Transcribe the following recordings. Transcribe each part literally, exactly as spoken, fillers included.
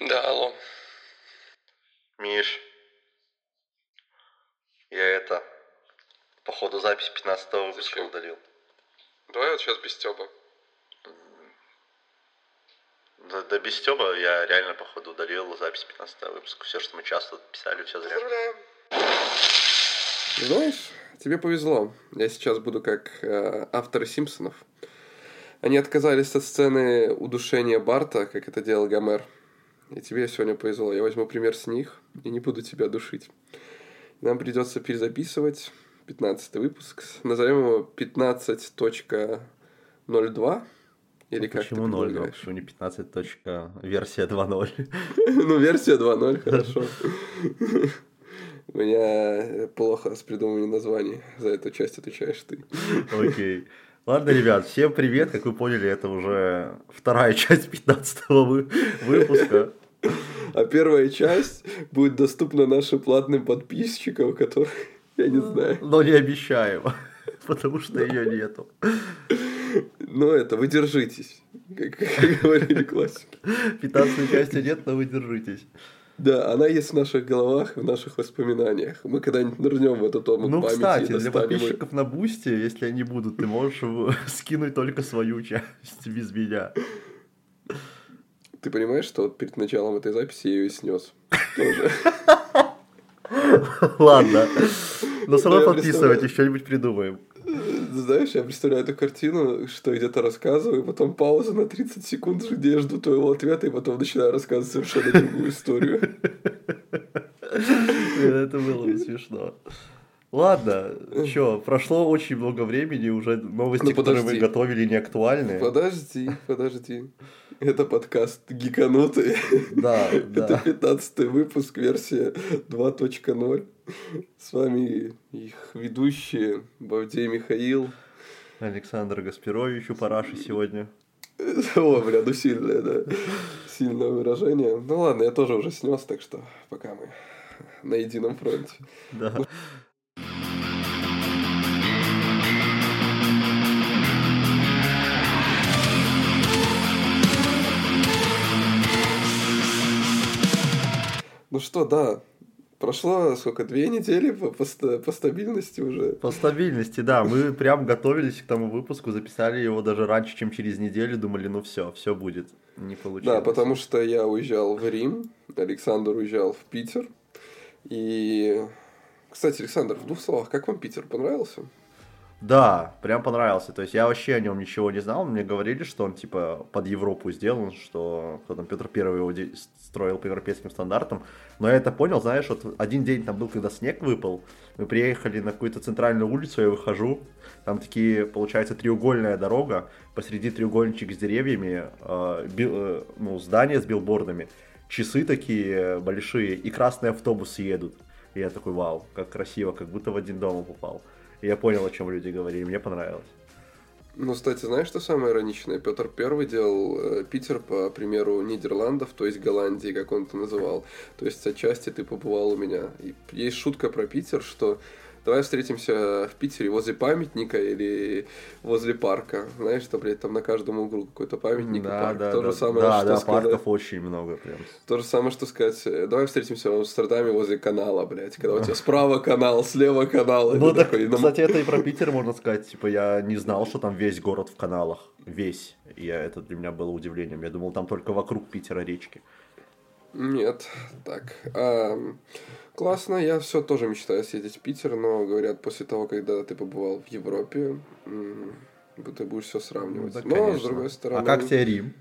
Да, алло. Миш, я это, по ходу запись пятнадцатого выпуска Зачем? удалил. Давай вот сейчас без Стёба. Да, да без Стёба я реально, походу, удалил запись пятнадцатого выпуска. Все, что мы часто писали, все зря. Поздравляем. Знаешь, тебе повезло. Я сейчас буду как э, авторы «Симпсонов». Они отказались от сцены удушения Барта, как это делал Гомер. И тебе сегодня повезло. Я возьму пример с них и не буду тебя душить. Нам придется перезаписывать пятнадцатый выпуск. Назовем его пятнадцать точка ноль два. Или Ну, как почему ты ноль? предлагаешь? Почему не пятнадцать. Версия два ноль? Ну, версия два ноль, хорошо. У меня плохо с придумыванием названий. За эту часть отвечаешь ты. Окей. Ладно, ребят, всем привет. Как вы поняли, это уже вторая часть пятнадцатого вы- выпуска. А первая часть будет доступна нашим платным подписчикам, которых я не знаю. Но не обещаем, потому что ее нету. Но это, вы держитесь, как, как говорили классики. пятнадцатой части нет, но вы держитесь. Да, она есть в наших головах, в наших воспоминаниях. Мы когда-нибудь нырнем в этот омут Ну, памяти кстати, и для достанем их. подписчиков на Бусти, если они будут, ты можешь в- скинуть только свою часть без меня. Ты понимаешь, что вот перед началом этой записи я ее снес? Тоже. Ладно. Но все Ну, равно я подписывайтесь, представляю. что-нибудь придумаем. Знаешь, я представляю эту картину, что я где-то рассказываю, потом пауза на тридцать секунд, где я жду твоего ответа, и потом начинаю рассказывать совершенно другую историю. Это было бы смешно. Ладно, что, прошло очень много времени, уже новости, Ну, которые мы подожди. готовили, не актуальны. Подожди, подожди. Это подкаст «Гиканутые». Да, Это да. пятнадцатый выпуск, версия два точка ноль. С вами их ведущие Бавдей Михаил. Александр Гаспирович у параши сегодня. О, бля, ну сильное, да. Сильное выражение. Ну ладно, я тоже уже снес, так что пока мы на едином фронте. Да. Ну что, да, прошло сколько, две недели по, по, ста- по стабильности уже. По стабильности, да, мы прям готовились к тому выпуску, записали его даже раньше, чем через неделю, думали, ну все, все будет. Не получилось. Да, потому что я уезжал в Рим, Александр уезжал в Питер. И, кстати, Александр, в двух словах, как вам Питер? Понравился? Да, прям понравился. То есть я вообще о нем ничего не знал. Мне говорили, что он типа под Европу сделан, что кто там Петр Первый его де- строил по европейским стандартам. Но я это понял, знаешь, вот один день там был, когда снег выпал. Мы приехали на какую-то центральную улицу, я выхожу. Там такие, получается, треугольная дорога. Посреди треугольничек с деревьями, э, би- э, ну, здание с билбордами. Часы такие большие, и красные автобусы едут. И я такой, вау, как красиво, как будто в один дом попал. И я понял, о чем люди говорили, мне понравилось. Ну, кстати, знаешь, что самое ироничное? Петр Первый делал э, Питер по примеру Нидерландов, то есть Голландии, как он это называл. То есть отчасти ты побывал у меня. И есть шутка про Питер, что давай встретимся в Питере возле памятника или возле парка. Знаешь, что, блядь, там на каждом углу какой-то памятник и Да, парк. да, То да, же самое, да, что да, сказать. парков очень много прям. То же самое, что сказать, э, давай встретимся в Амстердаме возле канала, блядь. Когда у тебя справа канал, слева канал. и Ну ты так, такой, ну, кстати, это и про Питер можно сказать. Типа, я не знал, что там весь город в каналах. Весь. И я, это для меня было удивлением. Я думал, там только вокруг Питера речки. Нет, так. А, классно, я все тоже мечтаю съездить в Питер, но говорят, после того, когда ты побывал в Европе, м, ты будешь все сравнивать. Ну да, но, конечно. с другой стороны... А как тебе Рим?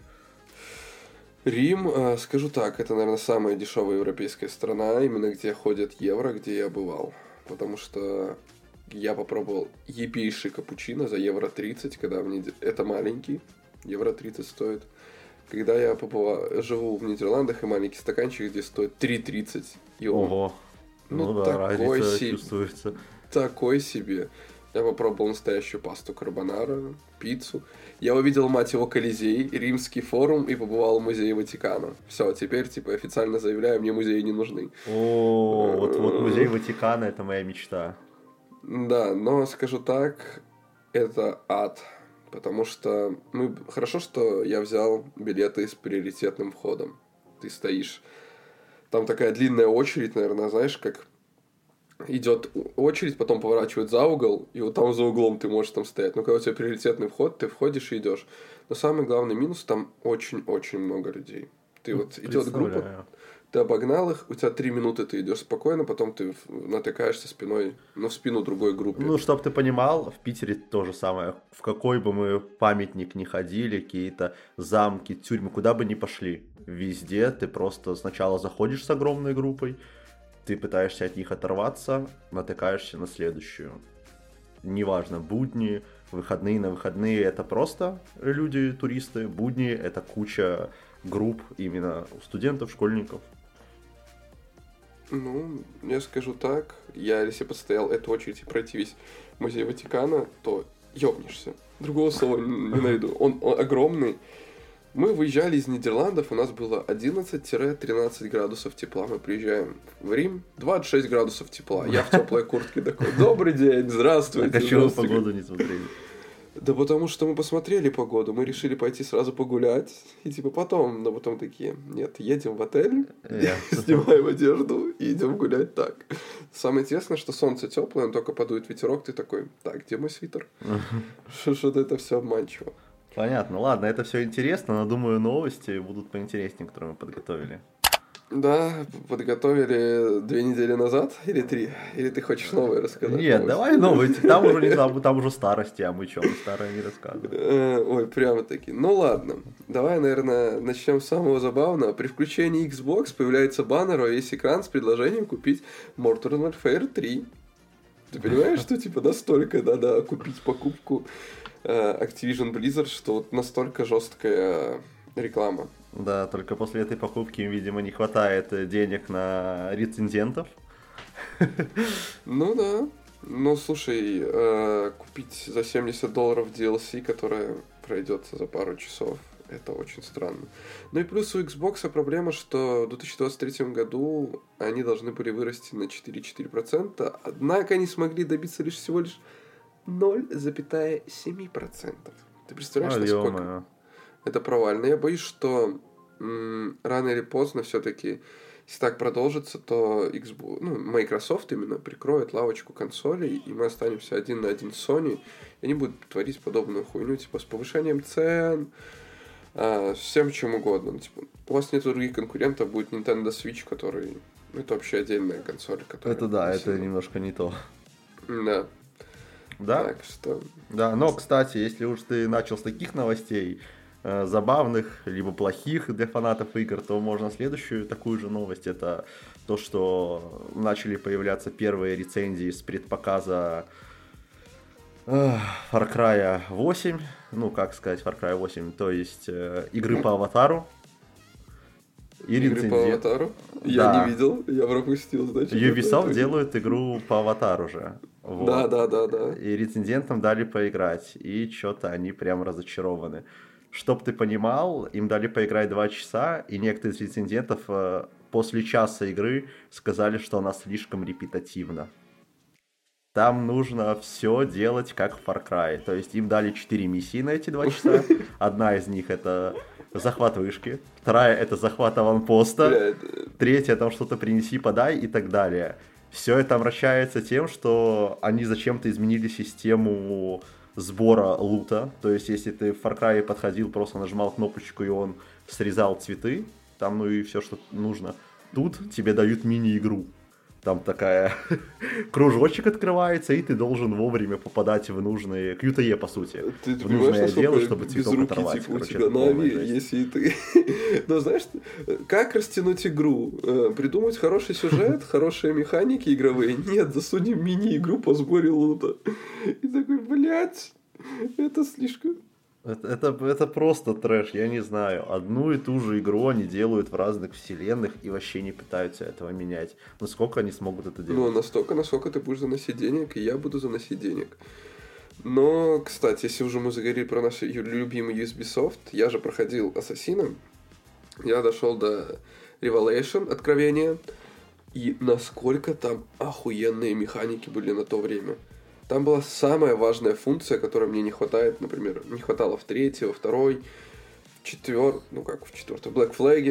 Рим, а, скажу так, это, наверное, самая дешевая европейская страна, именно где ходят евро, где я бывал. Потому что я попробовал епейший капучино за евро тридцать, когда мне... де- Это маленький, евро тридцать стоит. Когда я побывал, живу в Нидерландах, и маленький стаканчик здесь стоит три тридцать. И он Ого. Ну, Ну, да, такой разница си- чувствуется. такой себе. Я попробовал настоящую пасту карбонара, пиццу. Я увидел, мать его, Колизей, Римский форум и побывал в музее Ватикана. Все, теперь, типа, официально заявляю, мне музеи не нужны. О, вот, вот музей Ватикана, это моя мечта. Да, но скажу так, это ад. Потому что мы... Хорошо, что я взял билеты с приоритетным входом. ты стоишь. Там такая длинная очередь, наверное, знаешь, как идет очередь, потом поворачивает за угол, и вот там за углом ты можешь там стоять. Но когда у тебя приоритетный вход, ты входишь и идешь. Но самый главный минус, там очень-очень много людей. Ты вот идет группа, ты обогнал их, у тебя три минуты ты идешь спокойно, потом ты натыкаешься спиной, ну, в спину другой группы. Ну, чтоб ты понимал, в Питере то же самое. В какой бы мы памятник ни ходили, какие-то замки, тюрьмы, куда бы ни пошли, везде ты просто сначала заходишь с огромной группой, ты пытаешься от них оторваться, натыкаешься на следующую. Неважно, будни, выходные на выходные, это просто люди, туристы, будни, это куча групп именно студентов, школьников. Ну, я скажу так, я если подстоял эту очередь и пройти весь музей Ватикана, то ёбнешься. Другого слова не найду. Он, он огромный. Мы выезжали из Нидерландов, у нас было одиннадцать-тринадцать градусов тепла. Мы приезжаем в Рим, двадцать шесть градусов тепла. Я в теплой куртке такой: добрый день, здравствуйте. А чего вы погоду не смотрели? Да потому что мы посмотрели погоду, мы решили пойти сразу погулять, и типа потом, но потом такие: нет, едем в отель, Yeah. снимаем одежду и идем гулять так. Самое интересное, что солнце теплое, но только подует ветерок, ты такой: так, где мой свитер? Что-то это все обманчиво. Понятно, ладно, это все интересно, но думаю, новости будут поинтереснее, которые мы подготовили. Да, подготовили две недели назад или три? Или ты хочешь новые рассказать? Нет, новости? давай новые, там уже, не, там, там уже старости, а мы что, мы старые не рассказываем. Ой, прямо таки. Ну ладно, давай, наверное, начнем с самого забавного. При включении Xbox появляется баннер во весь экран с предложением купить Modern Warfare три. Ты понимаешь, что типа настолько надо купить покупку Activision Blizzard, что вот настолько жесткая реклама. Да, только после этой покупки им, видимо, не хватает денег на рецензентов. Ну да. Ну слушай, э, купить за семьдесят долларов ди эл си, которая пройдет за пару часов, это очень странно. Ну и плюс у Xbox проблема, что в две тысячи двадцать третьем году они должны были вырасти на четыре целых четыре десятых процента, однако они смогли добиться лишь всего лишь ноль целых семь десятых процента. Ты представляешь, Ой, насколько ё-моё. это провально? Я боюсь, что м, рано или поздно все-таки, если так продолжится, то Xbox, ну, Microsoft именно прикроет лавочку консолей, и мы останемся один на один с Sony, и они будут творить подобную хуйню, типа с повышением цен, а, с всем чем угодно. Ну, типа, у вас нет других конкурентов, будет Nintendo Switch, который... Это вообще отдельная консоль, которая... Это да, это сильно- немножко не то. Да. Да? Так что... Да, но, кстати, если уж ты начал с таких новостей, э, забавных, либо плохих для фанатов игр, то можно следующую такую же новость. Это то, что начали появляться первые рецензии с предпоказа э, Far Cry восемь. Ну, как сказать, Far Cry восемь, то есть э, игры по Аватару. И Игры по рецензии. Аватару? Да. Я не видел, я пропустил, значит. Ubisoft это- делают игру по Аватару же. Вот. Да, да, да, да. И рецензентам дали поиграть, и что-то они прям разочарованы. Чтоб ты понимал, им дали поиграть два часа, и некоторые из рецензентов э, после часа игры сказали, что она слишком репетативна. Там нужно все делать как в Far Cry. То есть им дали четыре миссии на эти два часа. Одна из них это захват вышки, вторая это захват аванпоста, Бля, третья там что-то принеси, подай и так далее. Все это омрачается тем, что они зачем-то изменили систему сбора лута. То есть, если ты в Far Cry подходил, просто нажимал кнопочку, и он срезал цветы, там, ну и все, что нужно. Тут тебе дают мини-игру. Там такая кружочек открывается, и ты должен вовремя попадать в нужные... Q T E, по сути. Ты, в ты понимаешь, нужное насколько дело, чтобы без цветок руки, оторвать. типа, у Короче, тебя это Нави, полная жесть. если ты... Но знаешь, как растянуть игру? Э, Придумать хороший сюжет, хорошие механики игровые? Нет, засунем мини-игру по сборе лута. И такой, блядь, это слишком... Это, это, это просто трэш, я не знаю. Одну и ту же игру они делают в разных вселенных и вообще не пытаются этого менять. Ну сколько они смогут это делать? Ну, настолько, насколько ты будешь заносить денег, и я буду заносить денег. Но, кстати, если уже мы заговорили про наш ю- любимый Ubisoft, я же проходил Ассасина, я дошел до Revelation, Откровения, и насколько там охуенные механики были на то время. Там была самая важная функция, которой мне не хватает, например, не хватало в третьей, во второй, в четвертой, ну как в четвертой, в Black Flag,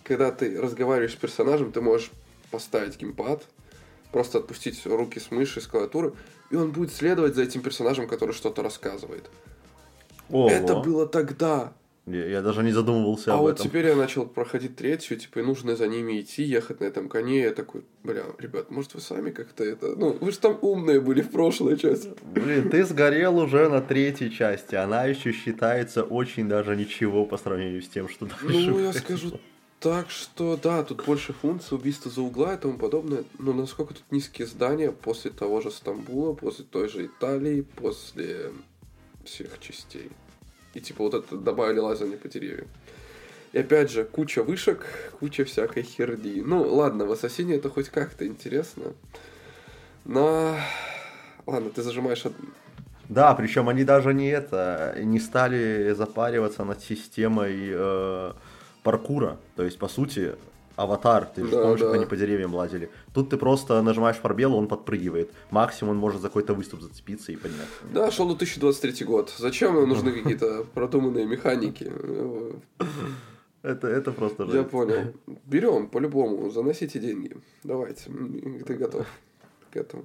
когда ты разговариваешь с персонажем, ты можешь поставить геймпад, просто отпустить руки с мыши, с клавиатуры, и он будет следовать за этим персонажем, который что-то рассказывает. Ого. Это было тогда. Я, я даже не задумывался А об вот этом. теперь я начал проходить третью, типа, и нужно за ними идти, ехать на этом коне. Я такой, бля, ребят, может вы сами как-то это... Ну, вы же там умные были в прошлой части. Блин, ты сгорел уже на третьей части. Она еще считается очень даже ничего по сравнению с тем, что дальше. Ну, я скажу так, что да, тут больше функций, убийства за угла и тому подобное. Но насколько тут низкие здания после того же Стамбула, после той же Италии, после всех частей. И типа вот это добавили лазание по деревьям. И опять же, куча вышек, куча всякой херни. Ну, ладно, в Ассасине это хоть как-то интересно. Но... Ладно, ты зажимаешь... Од... Да, причем они даже не это, не стали запариваться над системой э, паркура. То есть, по сути, аватар, ты же Да, помнишь, как да. они по деревьям лазили. Тут ты просто нажимаешь пробел, он подпрыгивает. Максимум он может за какой-то выступ зацепиться и подняться. Да, шел две тысячи двадцать третий год. Зачем нам нужны какие-то продуманные механики? Это, это просто Я жесть. понял. Берем, по-любому, заносите деньги. Давайте, ты готов к этому.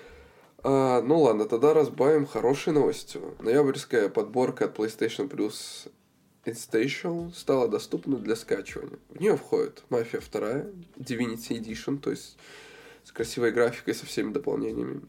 А, ну ладно, тогда разбавим хорошей новостью. Ноябрьская подборка от PlayStation Plus Instation стала доступна для скачивания. В нее входит Мафия два, Divinity Edition, то есть с красивой графикой, со всеми дополнениями.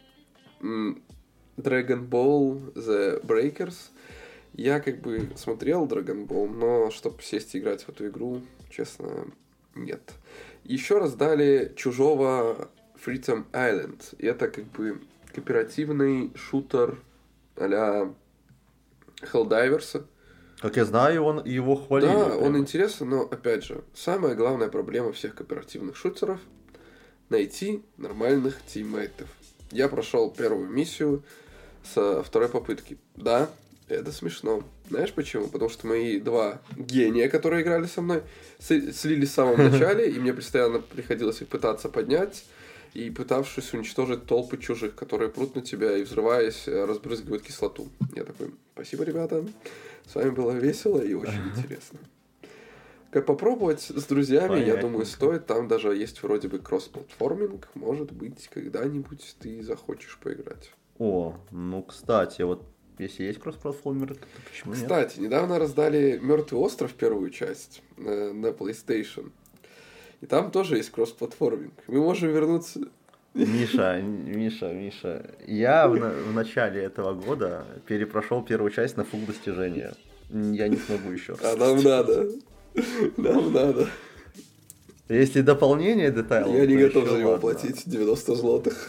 Dragon Ball The Breakers. Я как бы смотрел Dragon Ball, но чтобы сесть и играть в эту игру, честно, нет. Еще раз дали Чужого Freedom Island. И это как бы кооперативный шутер а-ля Helldivers. Как я знаю, он его хвалили. Да, прямо. он интересен, но, опять же, самая главная проблема всех кооперативных шутеров — найти нормальных тиммейтов. Я прошел первую миссию со второй попытки. Да, это смешно. Знаешь почему? Потому что мои два гения, которые играли со мной, слились в самом начале, и мне постоянно приходилось их пытаться поднять, и пытавшись уничтожить толпы чужих, которые прут на тебя и, взрываясь, разбрызгивают кислоту. Я такой, спасибо, ребята. С вами было весело и очень интересно. Как попробовать с друзьями, я думаю, стоит. Там даже есть вроде бы кросс-платформинг. Может быть, когда-нибудь ты захочешь поиграть. О, ну, кстати, вот если есть кросс-платформер, то почему нет? Кстати, недавно раздали Мертвый остров, первую часть, на, на PlayStation. И там тоже есть кросс-платформинг. Мы можем вернуться... Миша, Миша, Миша, я в, на- в начале этого года перепрошел первую часть на фул достижения. Я не смогу еще раз. А нам надо. Нам надо. Если дополнение детайлов, Я не то готов еще за него ладно. платить девяносто злотых.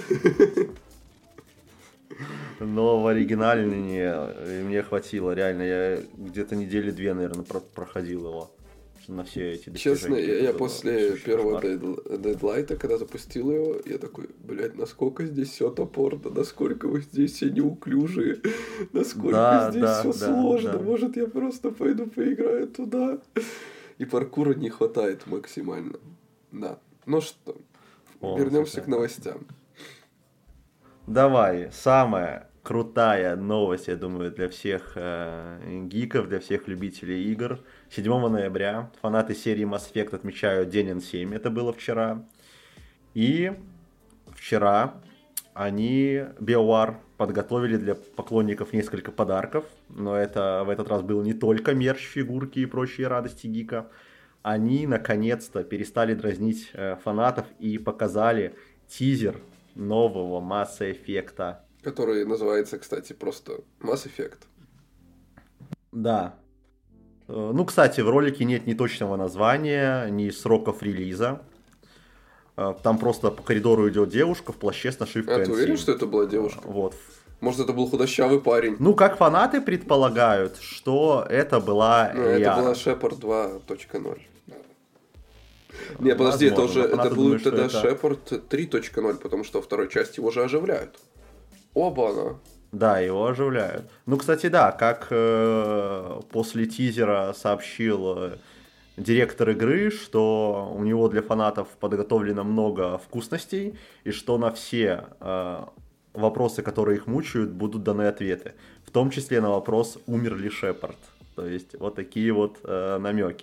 Но в оригинале мне, мне хватило, реально. Я где-то недели две, наверное, про- проходил его. На все эти достижения. Честно, я, я Это после сущий первого кошмар. дед- дедлайта, когда запустил его, я такой, блядь, насколько здесь все топорно, насколько вы здесь все неуклюжие, насколько Да, здесь да, все да, сложно, да. может я просто пойду поиграю туда. И паркура не хватает максимально. Да. Ну что, О, вернемся слушай. к новостям. Давай, самая крутая новость, я думаю, для всех э, гиков, для всех любителей игр. седьмого ноября фанаты серии Mass Effect отмечают День эн семь, это было вчера. И вчера они, BioWare, подготовили для поклонников несколько подарков. Но это в этот раз был не только мерч, фигурки и прочие радости гика. Они, наконец-то, перестали дразнить э, фанатов и показали тизер нового Mass Effect. Который называется, кстати, просто Mass Effect. Да. Э, Ну, кстати, в ролике нет ни точного названия, ни сроков релиза. Э, Там просто по коридору идет девушка в плаще с нашивкой А ты эн семь. уверен, что это была девушка? Вот. Может, это был худощавый парень? Ну, как фанаты предполагают, что это была Ну, это Лиара. была Шепард два точка ноль. Не, подожди, это Возможно, уже но фанаты это думают, будет тогда что это- Шепард три точка ноль, потому что во второй части его же оживляют. Оба-на. Да, его оживляют. Ну, кстати, да, как э, после тизера сообщил э, директор игры, что у него для фанатов подготовлено много вкусностей, и что на все э, вопросы, которые их мучают, будут даны ответы. В том числе на вопрос, умер ли Шепард. То есть, вот такие вот э, намеки.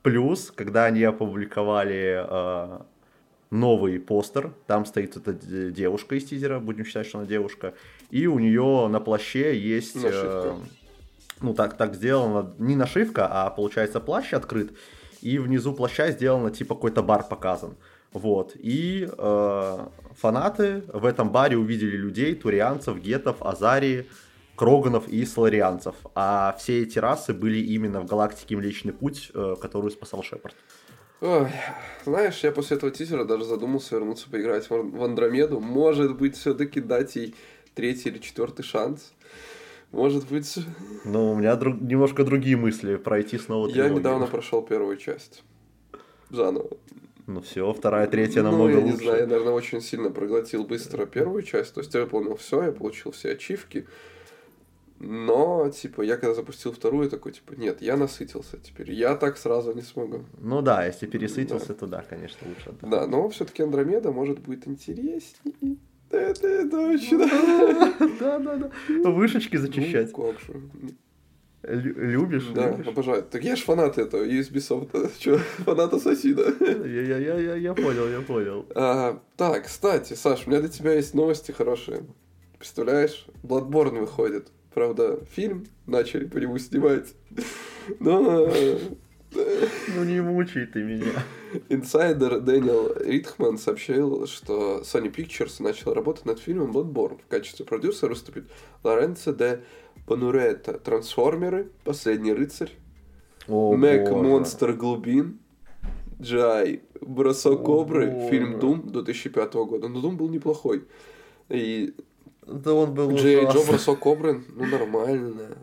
Плюс, когда они опубликовали э, новый постер, там стоит эта д- девушка из тизера, будем считать, что она девушка, и у нее на плаще есть... Нашивка. э, ну, так, так сделано, не нашивка, а, получается, плащ открыт, и внизу плаща сделано, типа, какой-то бар показан. Вот, и э, фанаты в этом баре увидели людей, турианцев, гетов, азарии, кроганов и соларианцев. А все эти расы были именно в галактике Млечный Путь, э, которую спасал Шепард. Ой, знаешь, я после этого тизера даже задумался вернуться поиграть в в Андромеду. Может быть, все-таки дать ей третий или четвертый шанс. Может быть... Но у меня друг, немножко другие мысли, пройти снова Я трилогию. недавно прошел первую часть. Заново. Ну все, вторая, третья ну, намного я лучше. не знаю, я, наверное, очень сильно проглотил быстро первую часть. То есть я выполнил все, я получил все ачивки. Но, типа, я когда запустил вторую, такой, типа, нет, я насытился теперь. Я так сразу не смогу. Ну да, если пересытился, Да. то да, конечно, лучше. отдохнуть. Да, но все-таки Андромеда может быть интереснее. Это, это точно. Да, да, да. Вышечки зачищать. Ну, как же. Лю- Любишь? Да, любишь? обожаю. Так я ж фанат этого, ю эс би софта. Че, фанат Ассасина. Я, я, я, я, я понял, я понял. А, так, кстати, Саш, у меня для тебя есть новости хорошие. Представляешь, Bloodborne выходит. Правда, фильм начали по нему снимать. Но Ну не мучай ты меня. инсайдер Дэниел Ритхман сообщил, что Sony Pictures начал работать над фильмом Bloodborne. В качестве продюсера выступит Лоренцо де Пануретто. Трансформеры, Последний рыцарь, О, Мег боже. Монстр глубин, Джай, Бросок О, кобры, боже. фильм Doom две тысячи пятого года. Но Doom был неплохой. И Да он был Джей Джо ужасный. Бросок кобры, ну нормально.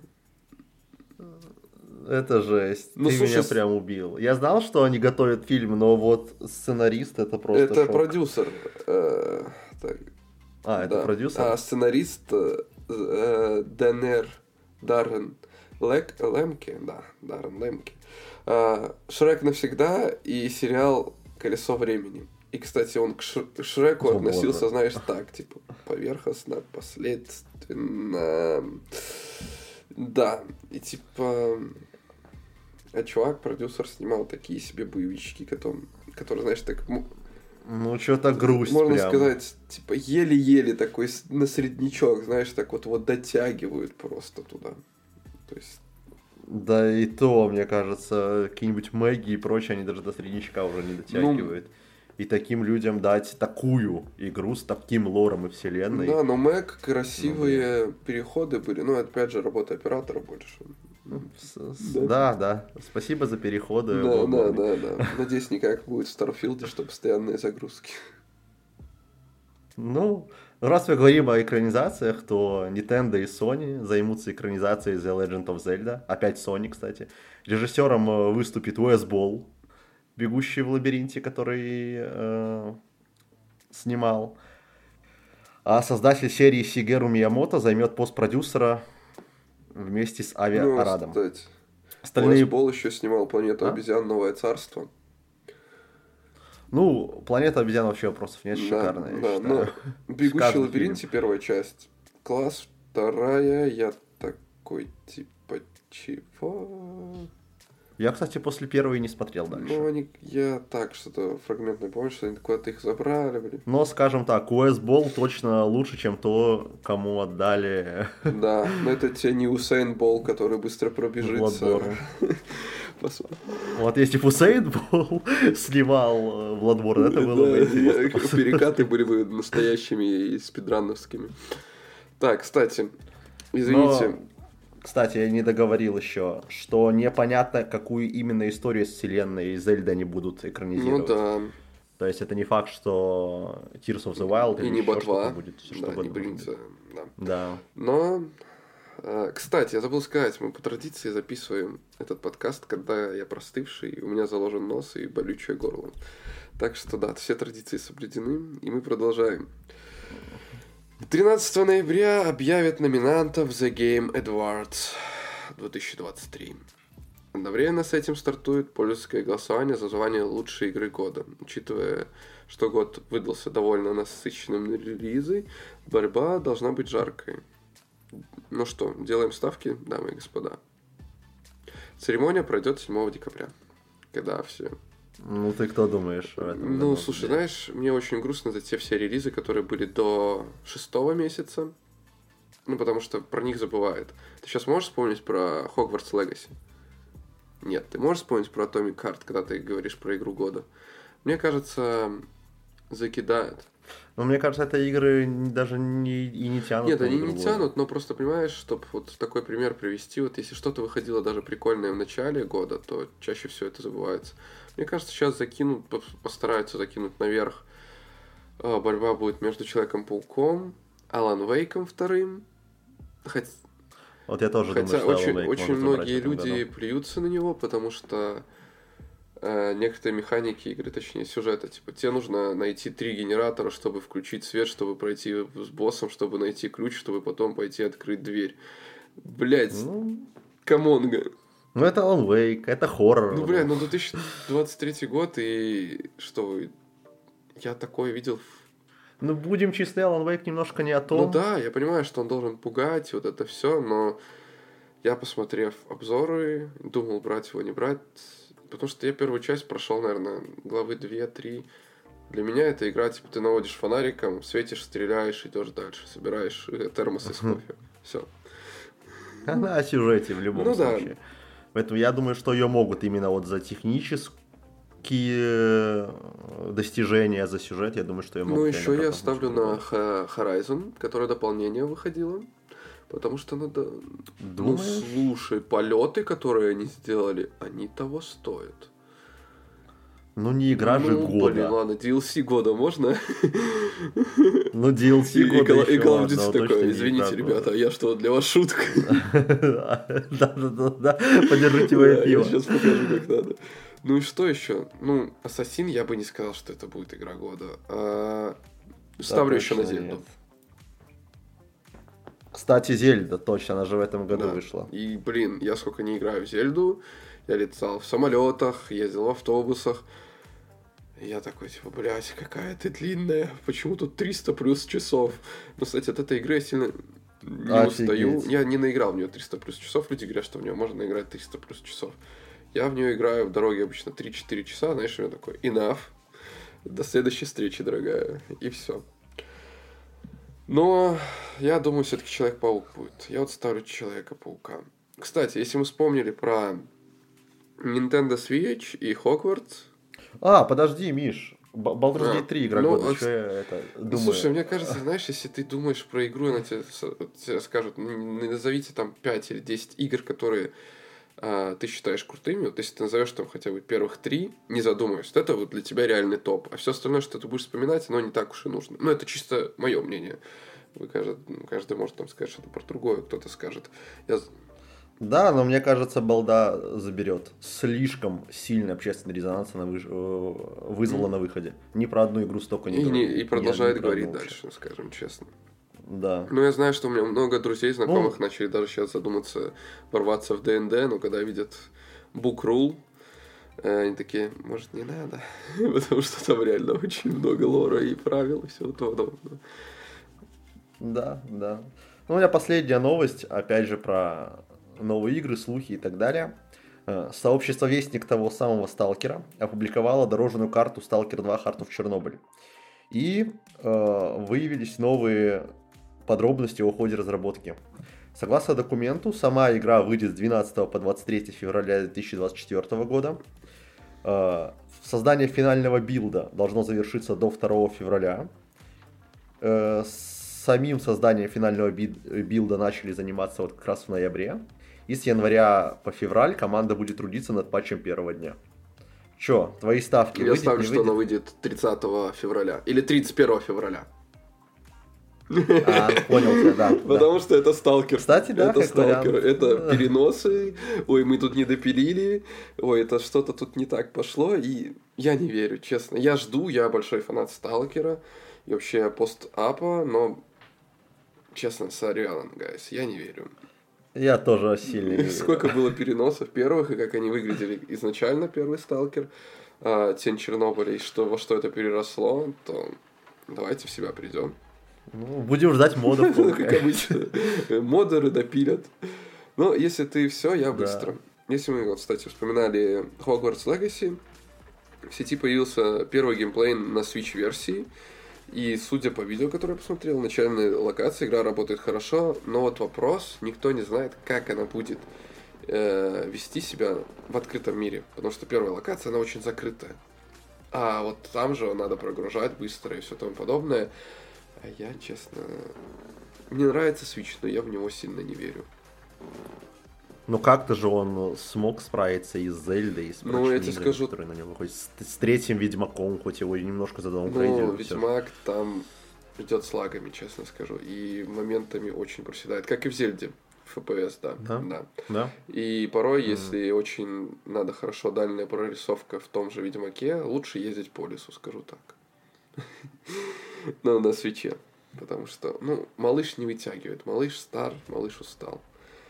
Это жесть. Ну, ты слушай, меня с- прям убил. Я знал, что они готовят фильм, но вот сценарист это просто Это шок. продюсер. э, так, А, это да. продюсер? А сценарист э, э, Денер Даррен Лек, Лемке, да, Даррен Лемке. А, Шрек навсегда и сериал Колесо времени. И, кстати, он к Ш- к Шреку О, относился, боже. знаешь, так, типа, поверхностно, последственно. Да, и типа... А чувак, продюсер, снимал такие себе боевички, которые, которые знаешь, так... м- Ну, что-то грусть Можно прям. сказать, типа, еле-еле такой с- на среднячок, знаешь, так вот, вот дотягивают просто туда. То есть, Да и то, мне кажется, какие-нибудь Мэгги и прочие, они даже до среднячка уже не дотягивают. И таким людям дать такую игру с таким лором и вселенной. да, но Мэг, Ну, красивые переходы были, ну, опять же, работа оператора больше. Ну, с- с- Да. Да, да. Спасибо за переходы. Да, да, Bloodborne. да, да. Надеюсь, не как будет в Старфилде, что постоянные загрузки. Ну, раз мы говорим о экранизациях, то Nintendo и Sony займутся экранизацией The Legend of Zelda. Опять Sony, кстати. Режиссером э, выступит Уэс Болл, бегущий в лабиринте, который э, снимал. А создатель серии Сигеру Миямото займет пост продюсера вместе с Ави Ну, Арадом. кстати, Остальные... Бол еще снимал «Планету А? обезьян. Новое царство». Ну, планета обезьян вообще вопросов нет, шикарная, я да, считаю. но «Бегущий в Шикарный лабиринте» первая часть. Класс, вторая, я такой, типа, чего? Я, кстати, после первой не смотрел дальше. Ну, они, я так что-то фрагментно помню, что они куда-то их забрали, блин. Но, скажем так, Уэс Болл точно лучше, чем то, кому отдали Да, но это тебе не Усейн Бол, который быстро пробежится. Bloodborne. Посмотрим. Вот если бы Усейн Болл снимал э, Bloodborne, это было бы Да, интересно. посмотреть. перекаты были бы настоящими и спидрановскими. Так, кстати, извините. Но, кстати, я не договорил еще, что непонятно, какую именно историю с вселенной Зельда они будут Ну экранизировать. да, То есть это не факт, что Tears of the Wild и или не еще ботва, что-то будет. да, что-то не будет. принца, да. Да. Но, э, кстати, я забыл сказать, мы по традиции записываем этот подкаст, когда я простывший, у меня заложен нос и болючее горло. Так что да, все традиции соблюдены, и мы продолжаем. тринадцатого ноября объявят номинантов The Game Awards две тысячи двадцать три. Одновременно с этим стартует пользовательское голосование за звание лучшей игры года. Учитывая, что год выдался довольно насыщенным на релизы, борьба должна быть жаркой. Ну что, делаем ставки, дамы и господа. Церемония пройдет седьмого декабря. когда все. Ну, ты кто думаешь в этом Ну, году? слушай, знаешь, мне очень грустно за те все релизы, которые были до шестого месяца. Ну, потому что про них забывают. Ты сейчас можешь вспомнить про Hogwarts Legacy? Нет. Ты можешь вспомнить про Atomic Heart, когда ты говоришь про игру года? Мне кажется, закидают. Ну, мне кажется, это игры даже не, и не тянут. Нет, на они игру не года. тянут, но просто, понимаешь, чтобы вот такой пример привести, вот если что-то выходило даже прикольное в начале года, то чаще всего это забывается. Мне кажется, сейчас закинут, по- постараются закинуть наверх. А, борьба будет между Человеком-пауком, Алан Вейком вторым. Хоть- Вот я тоже Хотя думаю, что очень, Alan Wake очень может забрать многие в этом люди году. плюются на него, потому что э, некоторые механики игры, точнее сюжета, типа тебе нужно найти три генератора, чтобы включить свет, чтобы пройти с боссом, чтобы найти ключ, чтобы потом пойти открыть дверь. Блять, Ну, камон, га. ну, это Alan Wake, это хоррор. Ну, бля, ну две тысячи двадцать третий год, и что вы... Я такое видел... в- Ну, будем честны, Alan Wake немножко не о том. Ну да, я понимаю, что он должен пугать, вот это все, но я, посмотрев обзоры, думал, брать его, не брать, потому что я первую часть прошел, наверное, главы две-три. Для меня это игра, типа, ты наводишь фонариком, светишь, стреляешь, идешь дальше, собираешь э, термос из кофе. Все. Она о сюжете в любом Ну да. случае. Поэтому я думаю, что ее могут именно вот за технические э, достижения, за сюжет, я думаю, что ее могут. Ну, реально еще я пропихнуть ставлю в на другой. Ха- Horizon, которое дополнение выходило. Потому что надо... Ну, Думаешь? слушай, полеты, которые они сделали, они того стоят. Ну, не игра же Ну, года. блин, ладно, ди эл си года можно? Ну, ди эл си И, и, года Call- и еще Call of ладно, Duty но такой, точно не извините, игра ребята, я что, для вас шутка? Да-да-да, подержите мое Да, я пиво. сейчас покажу, как надо. Ну и что еще? Ну, Ассасин, я бы не сказал, что это будет игра года. А, Да, Ставлю еще на точно Зельду. нет. Кстати, Зельда, точно, она же в этом году Да. вышла. И, блин, я сколько не играю в Зельду, я летал в самолетах, ездил в автобусах. И я такой, типа, блядь, какая ты длинная, почему тут триста плюс часов? Ну, кстати, от этой игры я сильно не Офигеть. устаю. Я не наиграл в нее триста плюс часов, люди говорят, что в нее можно наиграть триста плюс часов. Я в нее играю в дороге обычно три-четыре часа, знаешь, у меня такой, enough, до следующей встречи, дорогая, и все. Но я думаю, все-таки Человек-паук будет. Я вот ставлю Человека-паука. Кстати, если мы вспомнили про Nintendo Switch и Hogwarts. А, подожди, Миш. Б- Baldur's А, Gate три игра ну, года, а что я это Ну, думаю. слушай, мне кажется, знаешь, если ты думаешь про игру, она тебе, с- тебе скажут, «Н- назовите там пять или десять игр, которые а, ты считаешь крутыми, вот если ты назовешь там хотя бы первых три, не задумываясь, вот это вот для тебя реальный топ. А все остальное, что ты будешь вспоминать, оно не так уж и нужно. Ну, это чисто мое мнение. Вы, кажется, ну, каждый может там сказать что-то про другое, кто-то скажет. Я... з- Да, но мне кажется, Балда заберет. Слишком сильный общественный резонанс она выж- э, вызвала на выходе. Ни про одну игру столько не И, не- говорили. и Ни- продолжает ни про говорить одну вообще. дальше, скажем честно. Да. Ну, я знаю, что у меня много друзей, знакомых Ну. начали даже сейчас задуматься ворваться в ДНД, но когда видят Book Rule, э, они такие, может, не надо, потому что там реально очень много лора и правил и всего подобного. Да, да. Ну, у меня последняя новость, опять же, про новые игры, слухи и так далее. Э, Сообщество Вестник того самого Сталкера опубликовало дорожную карту Сталкер два Heart of Chernobyl. И э, выявились новые подробности о ходе разработки. Согласно документу, сама игра выйдет с двенадцатого по двадцать третье февраля две тысячи двадцать четвёртого года. Э, Создание финального билда должно завершиться до второго февраля. Э, Самим созданием финального би- билда начали заниматься вот как раз в ноябре. И с января по февраль команда будет трудиться над патчем первого дня. Чё, твои ставки Я выйдет, ставлю, не что выйдет? она выйдет тридцатого февраля или тридцать первого февраля. А, понял тебя, да. да. Потому что это сталкер. Кстати, да, это как сталкер. вариант. Это Да. переносы. Ой, мы тут не допилили. Ой, это что-то тут не так пошло. И я не верю, честно. Я жду, я большой фанат сталкера. И вообще постапа, но честно, сорян, гайс, я не верю. Я тоже сильно не верю. Сколько было переносов первых, и как они выглядели изначально, первый сталкер, а, Тень Чернобыля, и что, во что это переросло, то давайте в себя придем. Ну, будем ждать модов. Как обычно. Модеры допилят. Ну, если ты все, я Да. быстро. если мы, вот, кстати, вспоминали Hogwarts Legacy, в сети появился первый геймплей на Switch-версии, и, судя по видео, которое я посмотрел, начальная локация, игра работает хорошо, но вот вопрос, никто не знает, как она будет э, вести себя в открытом мире, потому что первая локация, она очень закрытая, а вот там же надо прогружать быстро и все тому подобное, а я, честно, мне нравится Switch, но я в него сильно не верю. Ну как-то же он смог справиться и с Зельдой, и с Ну, прочими я тебе играми, скажу- которые на него выходят. С, с третьим Ведьмаком, хоть его и немножко Ну, задаунгрейдили. Ведьмак там идет с лагами, честно скажу, и моментами очень проседает, как и в Зельде, в эф пи эс, да. Да? Да? И порой, если очень надо хорошо дальняя прорисовка в том же Ведьмаке, лучше ездить по лесу, скажу так. Но на свече. Потому что, ну, малыш не вытягивает. Малыш стар, малыш устал.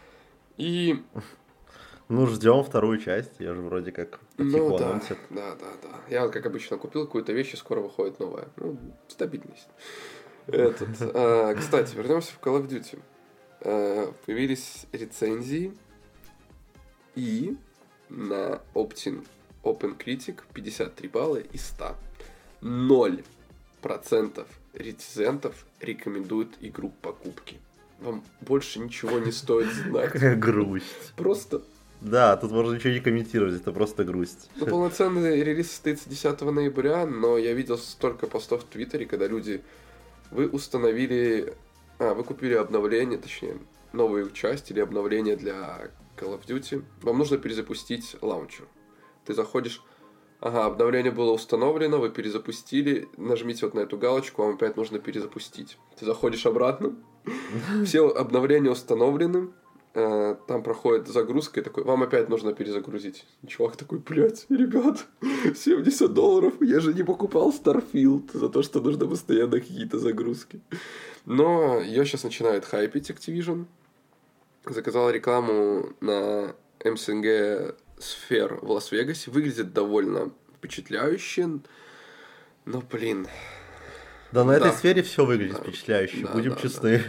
И, Ну, ждем вторую часть, я же вроде как по ну типу да, анонсят. да, да, да. Я, вот, как обычно, купил какую-то вещь, и скоро выходит новая. Ну, стабильность. Этот. а, Кстати, вернемся в Call of Duty. А, Появились рецензии, и на Optin Open Critic пятьдесят три балла из ста. Ноль процентов рецензентов рекомендуют игру к покупке. Вам больше ничего не стоит знать. Какая грусть. Просто, Да, тут можно ничего не комментировать, это просто грусть. ну, полноценный релиз состоится десятого ноября, но я видел столько постов в Твиттере, когда люди... Вы установили... А, вы купили обновление, точнее, новую часть или обновление для Call of Duty. Вам нужно перезапустить лаунчер. Ты заходишь... Ага, обновление было установлено, вы перезапустили, нажмите вот на эту галочку, вам опять нужно перезапустить. Ты заходишь обратно, все обновления установлены, э, там проходит загрузка, и такой, вам опять нужно перезагрузить. И чувак такой, блядь, ребят, семьдесят долларов, я же не покупал Starfield за то, что нужно постоянно какие-то загрузки. Но ее сейчас начинает хайпить Activision. Заказал рекламу на эм эс эн джи Sphere в Лас-Вегасе. Выглядит довольно впечатляюще. Но, блин... Да, на Да. этой сфере все выглядит Да. впечатляюще, Да, будем да, честны.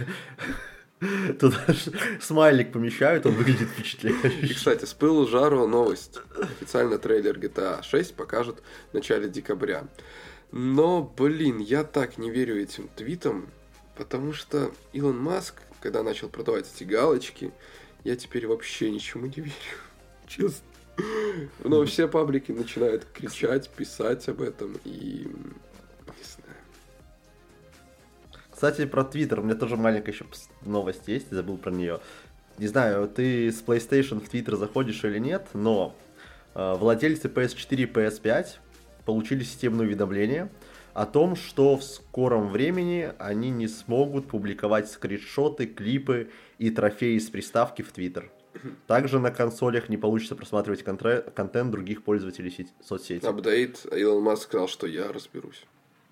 Туда ж смайлик помещают, он выглядит И, впечатляюще. кстати, с пылу с жару новость. Официально трейлер джи ти эй шесть покажут в начале декабря. Но, блин, я так не верю этим твитам, потому что Илон Маск, когда начал продавать эти галочки, я теперь вообще ничему не верю. Честно. Но все паблики начинают кричать, писать об этом, и... Не знаю. Кстати, про Твиттер, у меня тоже маленькая еще новость есть, я забыл про нее. Не знаю, ты с PlayStation в Твиттер заходишь или нет, но э, владельцы пи эс четыре и пи эс пять получили системное уведомление о том, что в скором времени они не смогут публиковать скриншоты, клипы и трофеи с приставки в Твиттер. Также на консолях не получится просматривать контре- контент других пользователей сети- соцсети. Апдейт, Илон Маск сказал, что я разберусь.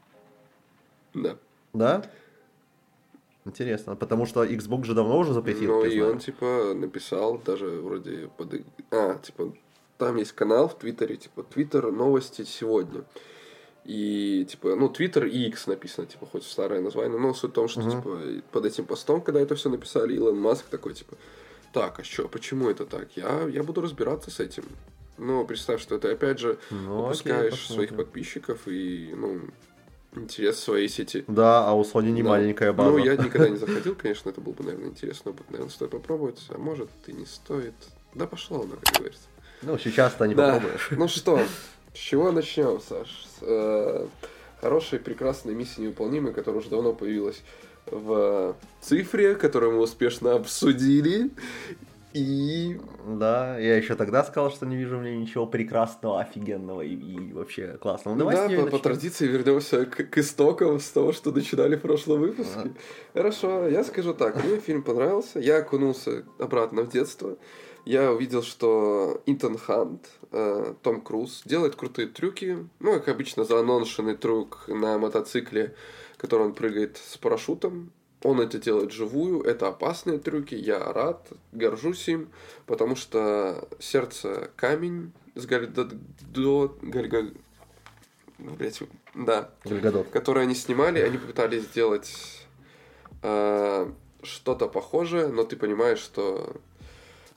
Да. Да? Интересно, потому что Xbox же давно уже запретил. Ну, я и знаю. он, типа, написал даже вроде под... иг- А, типа, там есть канал в Твиттере, типа, Твиттер новости сегодня. И, типа, ну, Твиттер и X написано, типа, хоть старое название, но суть в том, что, Мгм. типа, под этим постом, когда это все написали, Илон Маск такой, типа, так, а что, почему это так? Я, я буду разбираться с этим. Ну, представь, что ты, опять же, Ну, выпускаешь окей, своих посмотрим. подписчиков и, ну, интерес своей сети. Да, а у Sony не Да. маленькая база. Ну, я никогда не заходил, конечно, это был бы, наверное, интересный опыт. Наверное, стоит попробовать, а может и не стоит. Да пошло оно, как говорится. Ну, сейчас-то не Да. попробуешь. Ну что, с чего начнем, Саш? С э, хорошей, прекрасной миссии невыполнимой, которая уже давно появилась в цифре, которую мы успешно обсудили. И... Да, я еще тогда сказал, что не вижу в ней ничего прекрасного, офигенного и, и вообще классного. Ну, давай да, с нее по, по начнем. традиции вернемся к, к истокам с того, что начинали в прошлом выпуске. Ага. Хорошо, я скажу так, мне фильм понравился, я окунулся обратно в детство, я увидел, что Итан Хант, э, Том Круз, делает крутые трюки, ну, как обычно, зааноншенный трюк на мотоцикле, который он прыгает с парашютом. Он это делает вживую, это опасные трюки, я рад, горжусь им, потому что сердце камень с Гальдо... Гальга... Блять, да, Гальгадот. которые они снимали, они попытались сделать э, что-то похожее, но ты понимаешь, что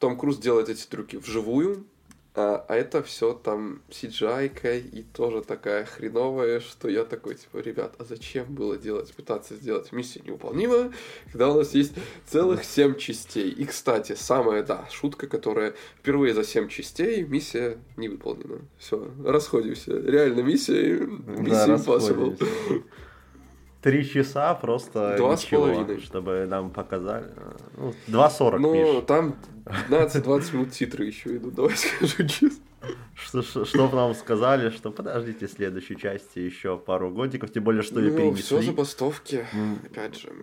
Том Круз делает эти трюки вживую, а, а это все там си джи ай-ка и тоже такая хреновая, что я такой, типа, ребят, а зачем было делать, пытаться сделать миссию невыполнимую, когда у нас есть целых семь частей. И, кстати, самая, да, шутка, которая впервые за семь частей миссия не выполнена. Все, расходимся. Реально миссия, миссия Да, impossible. расходимся. Три часа просто Два с ничего, половиной. чтобы нам показали. Ну, два сорок, Ну, Миш. там пятнадцать-двадцать минут титры еще идут, давай скажу честно. Что, что, что бы нам сказали, что подождите следующей части еще пару годиков, тем более, что ее Ну, перенесли. все забастовки, М. опять же.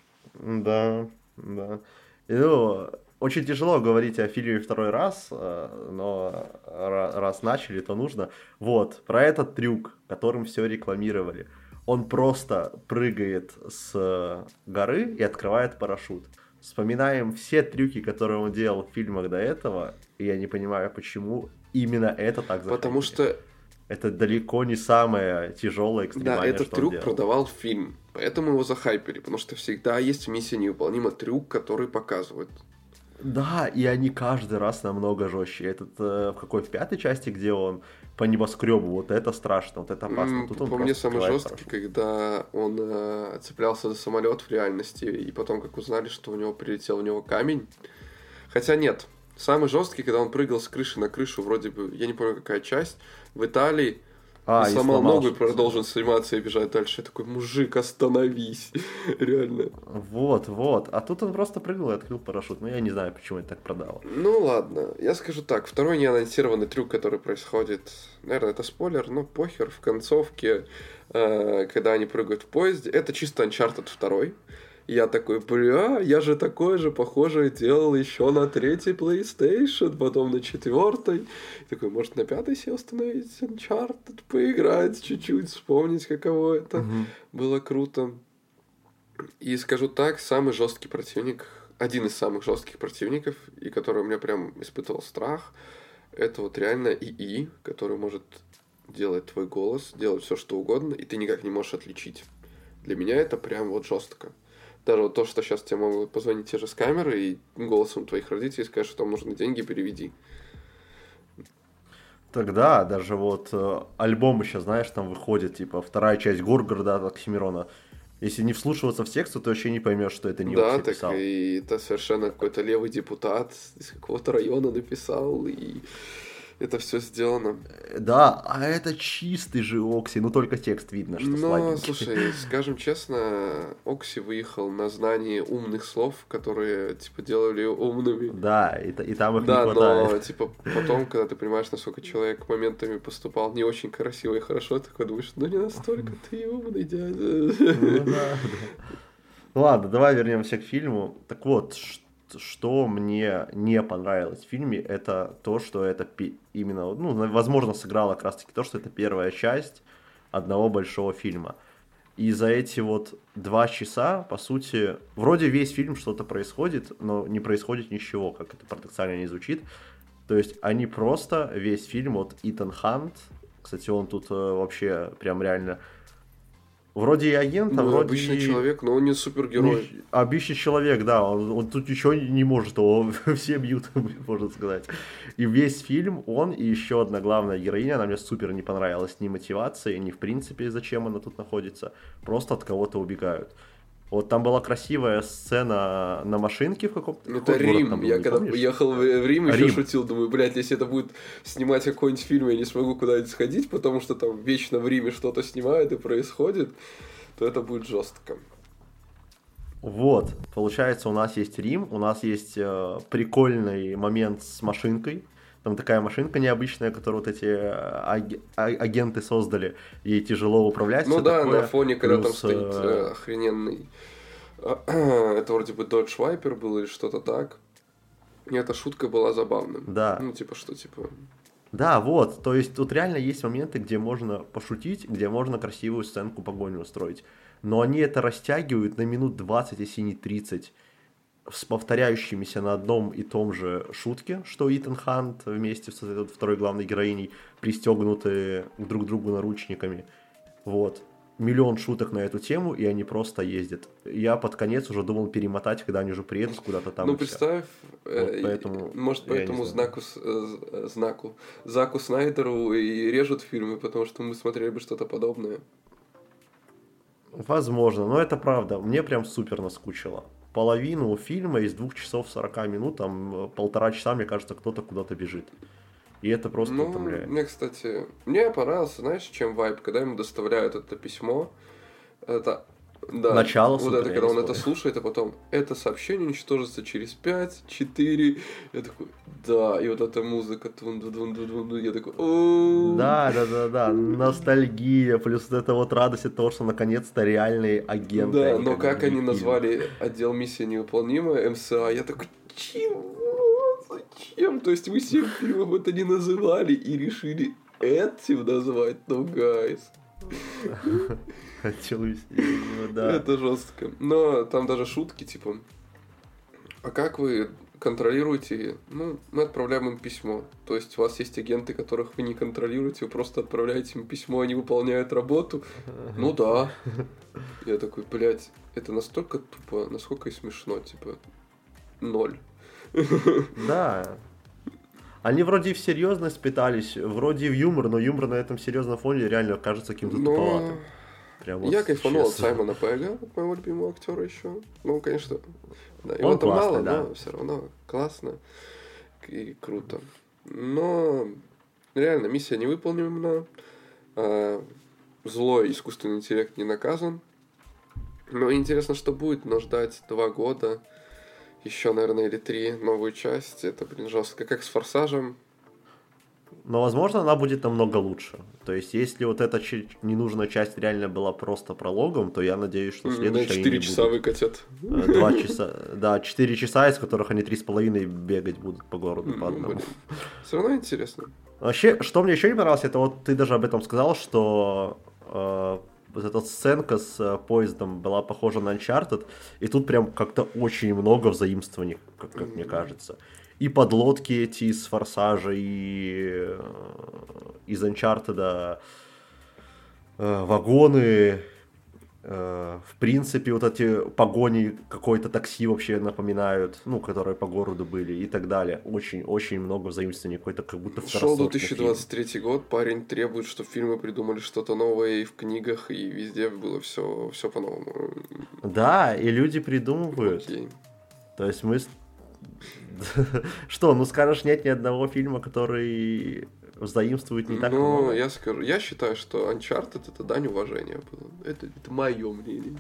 Да, да. И, ну, очень тяжело говорить о фильме второй раз, э, но ра- раз начали, то нужно. Вот, про этот трюк, которым все рекламировали. Он просто прыгает с горы и открывает парашют. Вспоминаем все трюки, которые он делал в фильмах до этого, и я не понимаю, почему именно это так захотели. Потому что, Это далеко не самое тяжелое да, экстремальное, этот что он трюк делал. продавал фильм, поэтому его захайпили, потому что всегда есть миссия невыполнима, трюк, который показывают. Да, и они каждый раз намного жестче. Этот э, в какой в пятой части, где он по небоскребу, вот это страшно, вот это опасно. М, Тут он По мне, просто самый открывает жесткий, парашют. когда он э, цеплялся за самолет в реальности, и потом, как узнали, что у него прилетел в него камень. Хотя нет, самый жесткий, когда он прыгал с крыши на крышу, вроде бы, я не помню, какая часть, в Италии, А, и и сломал сломал ногу и что-то. продолжил сниматься и бежать дальше. Я такой, мужик, остановись. Реально. Вот, вот. А тут он просто прыгал и открыл парашют. Ну, я не знаю, почему это так продало. Ну ладно, я скажу так, второй неанонсированный трюк, который происходит, наверное, это спойлер, но похер, в концовке, э, когда они прыгают в поезде, это чисто Uncharted два. Я такой, бля, я же такое же похожее делал еще на третьей PlayStation, потом на четвертой. Такой, может, на пятой себе установить Uncharted, поиграть чуть-чуть, вспомнить, каково это. Мгм. Было круто. И скажу так, самый жесткий противник, один из самых жестких противников, и который у меня прям испытывал страх, это вот реально ИИ, который может делать твой голос, делать все что угодно, и ты никак не можешь отличить. Для меня это прям вот жестко. Даже вот то, что сейчас тебе могут позвонить те же с камеры и голосом твоих родителей сказать, что там нужны деньги, переведи. Тогда даже вот э, альбом еще, знаешь, там выходит, типа, вторая часть Горгорода от Оксимирона. Если не вслушиваться в текст, то ты вообще не поймешь, что это не Да, Окси так писал. и это совершенно какой-то левый депутат из какого-то района написал, и это все сделано. Э, Да, а это чистый же Окси, ну только текст видно, что Но, слабенький. слушай, скажем честно, Окси выехал на знании умных слов, которые, типа, делали ее умными. Да, и, та- и там их Да, не хватает. но, типа, потом, когда ты понимаешь, насколько человек моментами поступал не очень красиво и хорошо, ты такой думаешь, ну не настолько ты и умный, дядя. Ну да, да. Ну ладно, давай вернемся к фильму. Так вот, ш- что мне не понравилось в фильме, это то, что это пи- именно, ну, на- возможно, сыграло как раз-таки то, что это первая часть одного большого фильма. И за эти вот два часа, по сути, вроде весь фильм что-то происходит, но не происходит ничего, как это парадоксально не звучит. То есть они просто весь фильм, вот Итан Хант, кстати, он тут э, вообще прям реально вроде и агент, а Ну, вроде обычный и человек, но он не супергерой. не- обычный человек, да, он, он тут ничего не может, его все бьют, можно сказать. И весь фильм, он и еще одна главная героиня, она мне супер не понравилась ни мотивацией, ни в принципе, зачем она тут находится, просто от кого-то убегают. Вот там была красивая сцена на машинке в каком-то... Это какой город Рим. там был, Я не когда помнишь? поехал в в Рим, еще Рим. шутил, думаю, блядь, если это будет снимать какой-нибудь фильм, я не смогу куда-нибудь сходить, потому что там вечно в Риме что-то снимают и происходит, то это будет жестко. Вот, получается, у нас есть Рим, у нас есть э, прикольный момент с машинкой. Там такая машинка необычная, которую вот эти э, аг- а- агенты создали. Ей тяжело управлять. Ну всё да, такое. на фоне, когда там Плюс, стоит э, э, охрененный... Это вроде бы Dodge Viper был или что-то так. И эта шутка была забавным. Да. Ну, типа, что, типа... Да, вот, то есть тут реально есть моменты, где можно пошутить, где можно красивую сценку погоню устроить. Но они это растягивают на минут двадцать, если не тридцать, с повторяющимися на одном и том же шутке, что Итан Хант вместе с этой вот второй главной героиней пристегнуты друг к другу наручниками. Вот. миллион шуток на эту тему, и они просто ездят. Я под конец уже думал перемотать, когда они уже приедут куда-то там. Ну, представь, э, вот поэтому, может, по этому знаку, э, знаку, Заку Снайдеру и режут фильмы, потому что мы смотрели бы что-то подобное. Возможно, но это правда. Мне прям супер наскучило. Половину фильма из двух часов сорока минут, там полтора часа, мне кажется, кто-то куда-то бежит. И это просто ну, утомляет. Мне, кстати, мне понравился, знаешь, чем вайб, когда ему доставляют это письмо. Это, да, Начало вот супер, это, когда он это слушает, а потом это сообщение уничтожится через пять, четыре. Я такой, да, и вот эта музыка, тун-ду-дун-ду-дун, я такой, о. Да, да, да, да, ностальгия, плюс вот эта вот радость от того, что наконец-то реальные агенты. Да, они но как они фильм. назвали отдел миссия невыполнимая, эм эс а, я такой, чего? Зачем? То есть вы семь фильмов это не называли и решили этим назвать? Ну, гайс. да. Это жестко. Но там даже шутки, типа, а как вы контролируете? Ну, мы отправляем им письмо. То есть у вас есть агенты, которых вы не контролируете, вы просто отправляете им письмо, они выполняют работу. Ну да. Я такой, блядь, это настолько тупо, насколько и смешно, типа, ноль. Да. Они вроде и в серьезность пытались, вроде и в юмор, но юмор на этом серьезном фоне реально кажется каким-то но... туповатым. Прям вот я кайфанул от честно. Саймона Пегга, от моего любимого актера еще. Ну, конечно, да, его Он там классный, мало, да. но все равно классно и круто. Но реально, миссия невыполнима. А, злой искусственный интеллект не наказан. Но интересно, что будет, но ждать два года, еще, наверное, или три новую часть, это, блин, жестко. Как с «Форсажем». Но, возможно, она будет намного лучше. То есть, если вот эта ч- ненужная часть реально была просто прологом, то я надеюсь, что следующая... На четыре часа будут выкатят. Два часа, да, четыре часа, из которых они три с половиной бегать будут по городу по одному. Все равно интересно. Вообще, что мне еще не понравилось, это вот ты даже об этом сказал, что э, вот эта сценка с э, поездом была похожа на Uncharted, и тут прям как-то очень много взаимствований, как, как mm-hmm. мне кажется. И подлодки эти из Форсажа, и э, из Uncharted, э, вагоны, э, в принципе, вот эти погони, какое-то такси вообще напоминают, ну, которые по городу были и так далее. Очень-очень много взаимствований, какой-то как будто Шел второсортный две тысячи двадцать третий год, парень требует, чтобы фильмы придумали что-то новое и в книгах, и везде было все, все по-новому. Да, и люди придумывают. Окей. То есть мы... Что, ну скажешь, нет ни одного фильма, который заимствует не так много? много? Ну, я скажу, я считаю, что Uncharted это дань уважения было. Это, это мое мнение.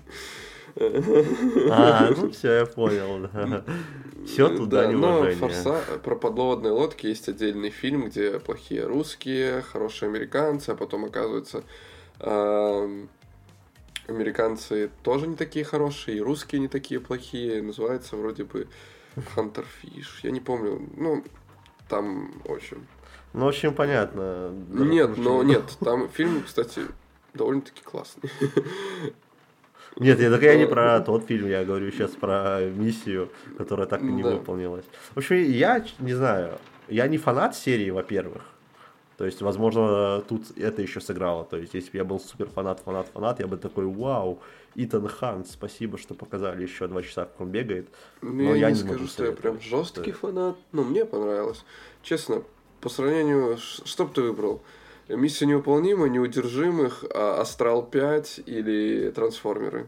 А, ну все, я понял. Да. Все тут да, дань но уважения. Форса... про подводные лодки есть отдельный фильм, где плохие русские, хорошие американцы, а потом оказывается... Э- американцы тоже не такие хорошие, и русские не такие плохие. Называется вроде бы Hunter Fish. Я не помню. Ну, там, в общем... Ну, в общем, понятно. Нет, но нет. Там фильм, кстати, довольно-таки классный. Нет, я, так я не про тот фильм, я говорю сейчас про миссию, которая так и не Да. выполнилась. В общем, я не знаю, я не фанат серии, во-первых. То есть, возможно, тут это еще сыграло. То есть, если бы я был супер фанат, фанат, фанат, я бы такой, вау, Итан Хант, спасибо, что показали еще два часа, как он бегает. Ну, Но я, я не не могу скажу, что я прям советовать. жесткий фанат, но мне понравилось. Честно, по сравнению, ш- что бы ты выбрал? Миссия невыполнима, неудержимых, а Астрал пять или Трансформеры?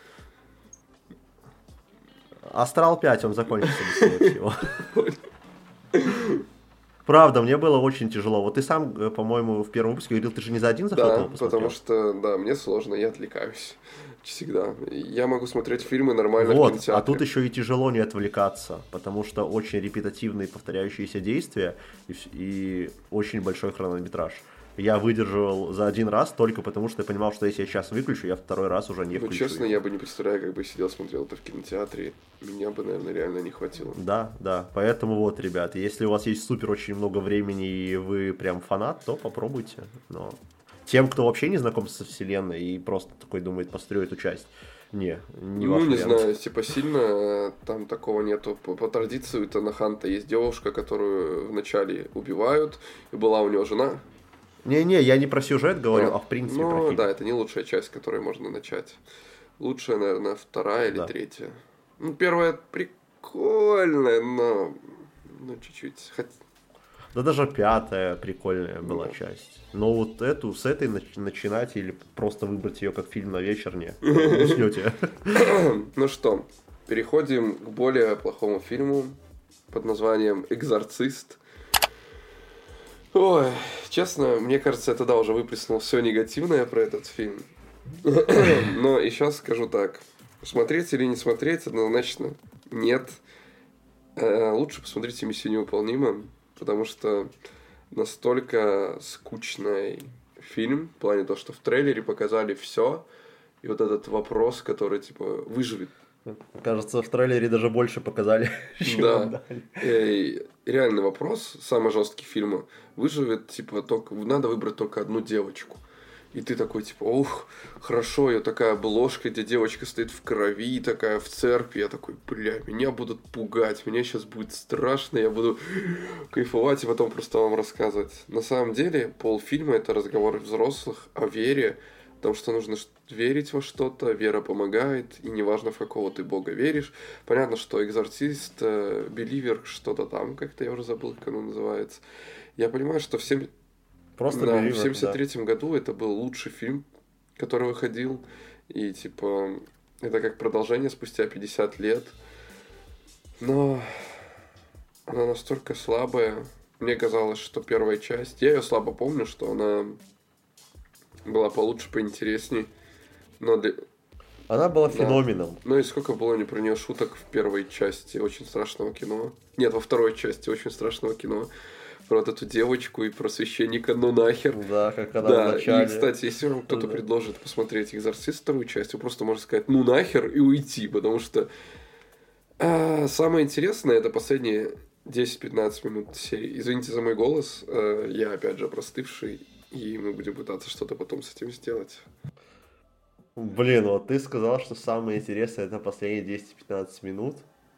Астрал пять, он закончится быстрее всего. Правда, мне было очень тяжело. Вот ты сам, э, по-моему, в первом выпуске говорил, ты же не за один захват Да, его посмотрел? потому что, да, мне сложно, я отвлекаюсь. Всегда. Я могу смотреть фильмы нормально в Вот, кинотеатре. а тут еще и тяжело не отвлекаться, потому что очень репетативные повторяющиеся действия и, вс- и очень большой хронометраж. Я выдерживал за один раз только потому, что я понимал, что если я сейчас выключу, я второй раз уже не Ну, включу. честно, его. я бы не представляю, как бы сидел, смотрел это в кинотеатре. Меня бы, наверное, реально не хватило. Да, да, поэтому вот, ребят, если у вас есть супер очень много времени и вы прям фанат, то попробуйте. Но тем, кто вообще не знаком со вселенной и просто такой думает, посмотрю эту часть, не, не Ну, ваш не вариант. знаю, типа сильно э, там такого нету. По, по традиции у Итана Ханта есть девушка, которую вначале убивают, и была у него жена. Не-не, я не про сюжет говорю, Ну, а в принципе ну, про фильм. да, это не лучшая часть, с которой можно начать. Лучшая, наверное, вторая или Да. третья. Ну, первая прикольная, но... Ну, чуть-чуть. Хот- Да даже пятая прикольная была Ну. часть. Но вот эту, с этой нач- начинать или просто выбрать ее как фильм на вечер, не. Вы уснете. Ну что, переходим к более плохому фильму под названием «Экзорцист». Ой, честно, мне кажется, я тогда уже выплеснул все негативное про этот фильм. Но и сейчас скажу так. Смотреть или не смотреть, однозначно нет. Э, Лучше посмотрите «Миссию невыполнима», потому что настолько скучный фильм, в плане того, что в трейлере показали все, и вот этот вопрос, который, типа, выживет. Кажется, в трейлере даже больше показали, чем Да. нам дали. Э, Реальный вопрос, самый жесткий фильма, выживет, типа, только, надо выбрать только одну девочку. И ты такой, типа, ух, хорошо, ее такая обложка, где девочка стоит в крови, такая в церкви. Я такой, бля, меня будут пугать, мне сейчас будет страшно, я буду кайфовать и потом просто вам рассказывать. На самом деле, полфильма — это разговор взрослых о вере, потому что нужно ш- верить во что-то, вера помогает, и неважно, в какого ты бога веришь. Понятно, что экзорцист, э, беливер, что-то там, как-то я уже забыл, как оно называется. Я понимаю, что всем... Просто Да, Believer, в семьдесят да. третьем году это был лучший фильм, который выходил. И, типа, это как продолжение спустя пятьдесят лет. Но она настолько слабая. Мне казалось, что первая часть... Я ее слабо помню, что она была получше, поинтересней. Но для... Она была Да. феноменом. Ну и сколько было не про нее шуток в первой части «Очень страшного кино». Нет, во второй части «Очень страшного кино». Про вот эту девочку и про священника, ну нахер. Да, как она Да, в начале. и, кстати, если вам кто-то Да. предложит посмотреть «Экзорцист» вторую часть, вы просто можете сказать «ну нахер» и уйти, потому что а, самое интересное — это последние десять-пятнадцать минут серии. Извините за мой голос, э, я, опять же, простывший, и мы будем пытаться что-то потом с этим сделать. Блин, вот ты сказал, что самое интересное это последние десять-пятнадцать минут.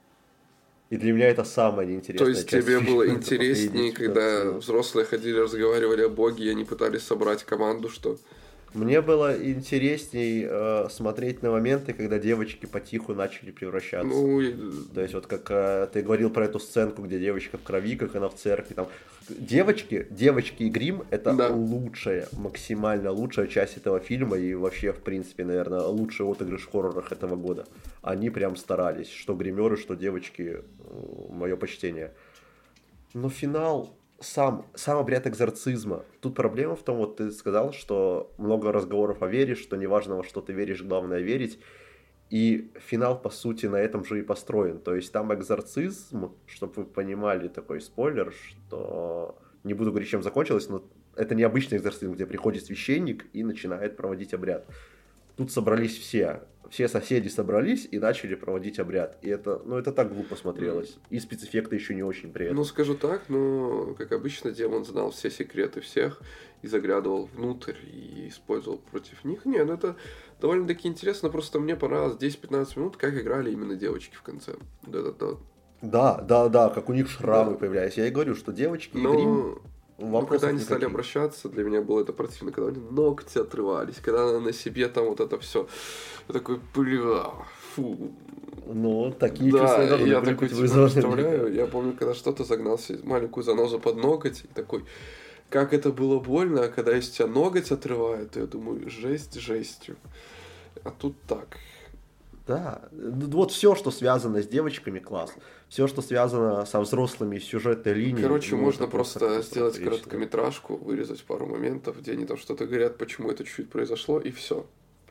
И для меня это самое неинтересное. То есть тебе было интереснее, когда минут. взрослые ходили, разговаривали о Боге, и они пытались собрать команду, что... Мне было интересней э, смотреть на моменты, когда девочки потиху начали превращаться. Ну, и- То есть вот как э, ты говорил про эту сценку, где девочка в крови, как она в церкви. Там. Девочки, девочки и грим это Да. лучшая, максимально лучшая часть этого фильма и вообще, в принципе, наверное, лучший отыгрыш в хоррорах этого года. Они прям старались, что гримеры, что девочки, мое почтение. Но финал, сам, сам обряд экзорцизма. Тут проблема в том, вот ты сказал, что много разговоров о вере, что неважно, во что ты веришь, главное верить. И финал, по сути, на этом же и построен. То есть там экзорцизм, чтобы вы понимали, такой спойлер, что не буду говорить, чем закончилось, но это не обычный экзорцизм, где приходит священник и начинает проводить обряд. Тут собрались все. Все соседи собрались и начали проводить обряд. И это, ну, это так глупо смотрелось. И спецэффекты еще не очень при этом. Ну, скажу так, но, как обычно, демон знал все секреты всех и заглядывал внутрь и использовал против них. Не, ну это довольно-таки интересно, просто мне понравилось десять-пятнадцать минут, как играли именно девочки в конце. Да-да-да. Да, да, да, как у них шрамы Да. появлялись. Я и говорю, что девочки и грим, Но, но вопросов когда они стали никаких. обращаться, для меня было это противно, когда они ногти отрывались, когда она на себе там вот это все. Я такой, бля, фу. Ну, такие чувства Да, должны я были такой быть типа вызваны. представляю, я помню, когда что-то загнал себе маленькую занозу под ноготь, и такой, как это было больно, а когда из тебя ноготь отрывают, то я думаю, жесть жестью. А тут так. Да, ну, вот все, что связано с девочками, класс. Все, что связано со взрослыми сюжетной линией. Короче, ну, можно это просто катастрофа сделать лично. короткометражку, вырезать пару моментов, где они там что-то говорят, почему это чуть-чуть произошло, и все.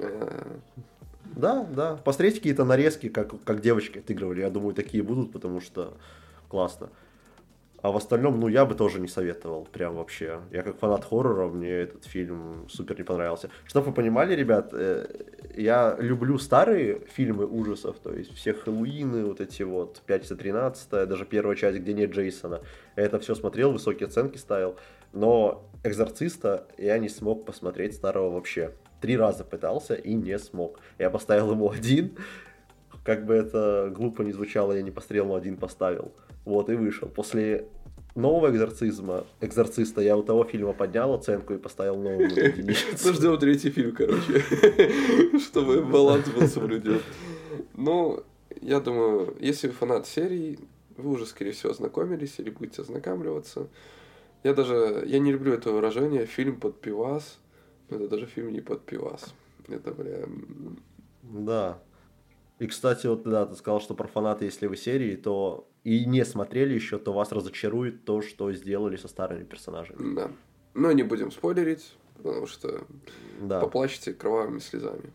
Да, да. Посмотреть какие-то нарезки, как, как девочки отыгрывали. Я думаю, такие будут, потому что классно. А в остальном, ну, я бы тоже не советовал. Прям вообще. Я как фанат хоррора, мне этот фильм супер не понравился. Чтобы вы понимали, ребят, э, я люблю старые фильмы ужасов. То есть все Хэллоуины, вот эти вот пятница тринадцатая, даже первая часть, где нет Джейсона. Я это все смотрел, высокие оценки ставил. Но «Экзорциста» я не смог посмотреть старого вообще. Три раза пытался и не смог. Я поставил ему один. Как бы это глупо не звучало, я не посмотрел, ему один поставил. Вот, и вышел. После нового экзорцизма, экзорциста я у того фильма поднял оценку и поставил новую единицу. Ну, ждем третий фильм, короче, чтобы баланс был соблюден. Ну, я думаю, если вы фанат серии, вы уже, скорее всего, ознакомились или будете ознакомливаться. Я даже, я не люблю это выражение, фильм под пивас, но это даже фильм не под пивас. Это, бля... Да. И, кстати, вот, да, ты сказал, что про фанаты, если вы серии, то и не смотрели еще, то вас разочарует то, что сделали со старыми персонажами. Да. Но не будем спойлерить, потому что Да. поплачете кровавыми слезами.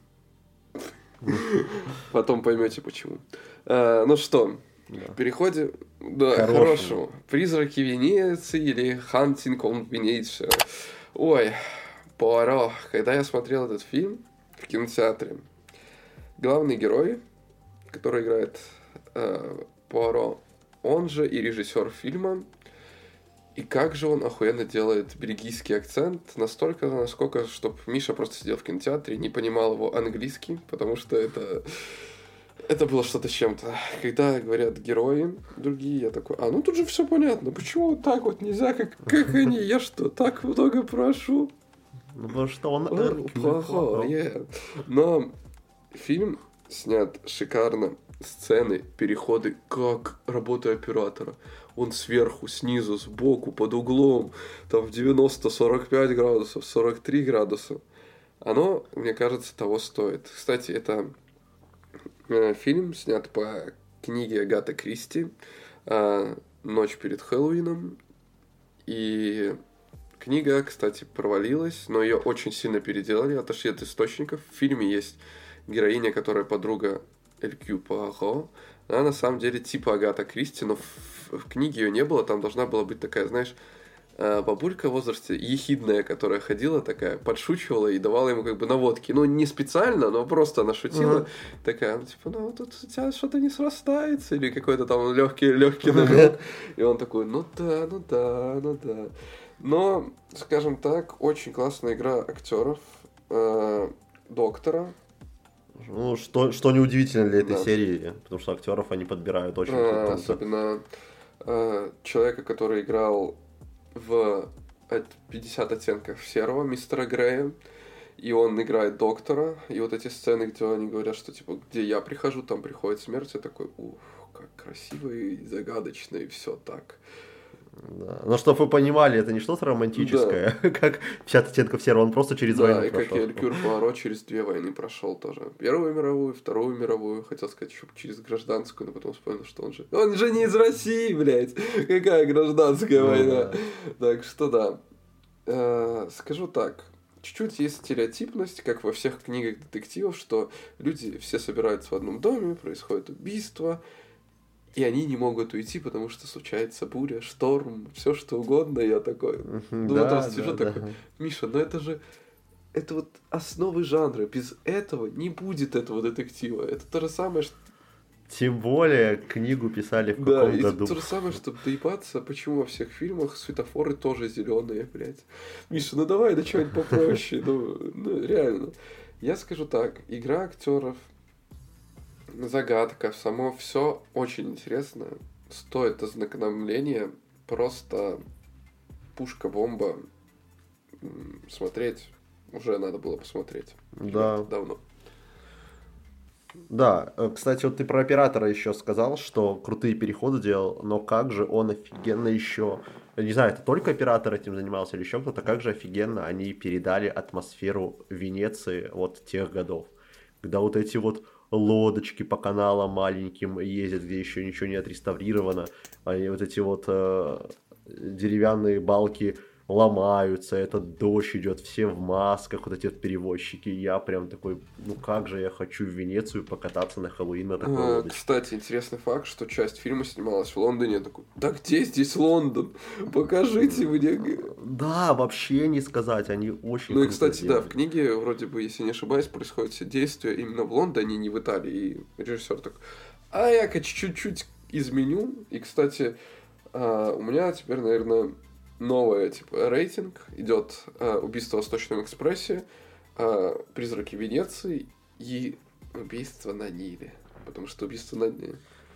Потом поймете почему. А, ну что, Да. переходим да, к Хорошему. хорошему. «Призраки Венеции» или «Hunting on Venezia». Ой, Пуаро. Когда я смотрел этот фильм в кинотеатре, главный герой, который играет э, Пуаро, он же и режиссер фильма. И как же он охуенно делает бельгийский акцент, настолько, насколько, чтобы Миша просто сидел в кинотеатре, не понимал его английский, потому что это, это было что-то с чем-то. Когда говорят герои другие, я такой, а ну тут же все понятно, почему вот так вот нельзя, как, как они, я что, так много прошу? Ну, потому что он... О, плохо, yeah. Но фильм снят шикарно. Сцены, переходы, как работа оператора. Он сверху, снизу, сбоку, под углом, там в девяносто сорок пять градусов, сорок три градуса. Оно, мне кажется, того стоит. Кстати, это э, фильм снят по книге Агаты Кристи э, «Ночь перед Хэллоуином». И книга, кстати, провалилась, но ее очень сильно переделали, отошли от источников. В фильме есть героиня, которая подруга Эркюль Пуаро. Она на самом деле типа Агата Кристи, но в, в книге ее не было. Там должна была быть такая, знаешь, бабулька в возрасте ехидная, которая ходила такая, подшучивала и давала ему как бы наводки. Ну, не специально, но просто она шутила. Uh-huh. Такая, ну, типа, ну, тут у тебя что-то не срастается. Или какой-то там легкий, легкий намек. И он такой, ну да, ну да, ну да. Но, скажем так, очень классная игра актеров. Э, доктора. Ну, что, что неудивительно для этой Да. серии, потому что актеров они подбирают очень А, круто. особенно э, человека, который играл в пятьдесят оттенков серого, мистера Грея, и он играет доктора, и вот эти сцены, где они говорят, что типа, где я прихожу, там приходит смерть, я такой, ух, как красиво и загадочно, и все так. Да. Но чтобы вы понимали, это не что-то романтическое, да. Как пятьдесят оттенков серого, он просто через да, войну и прошел. как и Эркюль Пуаро через две войны прошел тоже. Первую мировую, вторую мировую, хотел сказать, еще через гражданскую, но потом вспомнил, что он же... Он же не из России, блядь! Какая гражданская ну, война? Да. Так что да. Э, скажу так. Чуть-чуть есть стереотипность, как во всех книгах детективов, что люди все собираются в одном доме, происходит убийство, и они не могут уйти, потому что случается буря, шторм, все что угодно. И я такой, ну да, вот раз сижу да, такой, да. Миша, ну это же, это вот основы жанра. Без этого не будет этого детектива. Это то же самое, что... Тем более книгу писали в да, каком году. Да, и то же самое, чтобы доебаться, почему во всех фильмах светофоры тоже зеленые, блядь. Миша, ну давай, да что-нибудь попроще, ну, ну реально. Я скажу так, игра актеров, загадка, само все очень интересно. Стоит ознакомления, просто пушка-бомба. Смотреть уже надо было посмотреть. Да. Давно. Да, кстати, вот ты про оператора еще сказал, что крутые переходы делал, но как же он офигенно еще, не знаю, это только оператор этим занимался или еще кто-то, как же офигенно они передали атмосферу Венеции вот тех годов, когда вот эти вот лодочки по каналам маленьким ездят, где еще ничего не отреставрировано, они вот эти вот э, деревянные балки ломаются, этот дождь идет, все в масках, вот эти вот перевозчики, я прям такой, ну как же я хочу в Венецию покататься на Хэллоуин на такой а, лодочке. Кстати, интересный факт, что часть фильма снималась в Лондоне, я такой, да где здесь Лондон? Покажите мне. Да, вообще не сказать, они очень Ну и, круто кстати, сделали. да, в книге, вроде бы, если не ошибаюсь, происходят все действия именно в Лондоне, не в Италии, и режиссер такой, а я-ка чуть-чуть изменю, и, кстати, а, у меня теперь, наверное, новое, типа, рейтинг, идет а, «Убийство в Восточном экспрессе», а, «Призраки Венеции» и «Убийство на Ниле», потому что «Убийство на Ниле».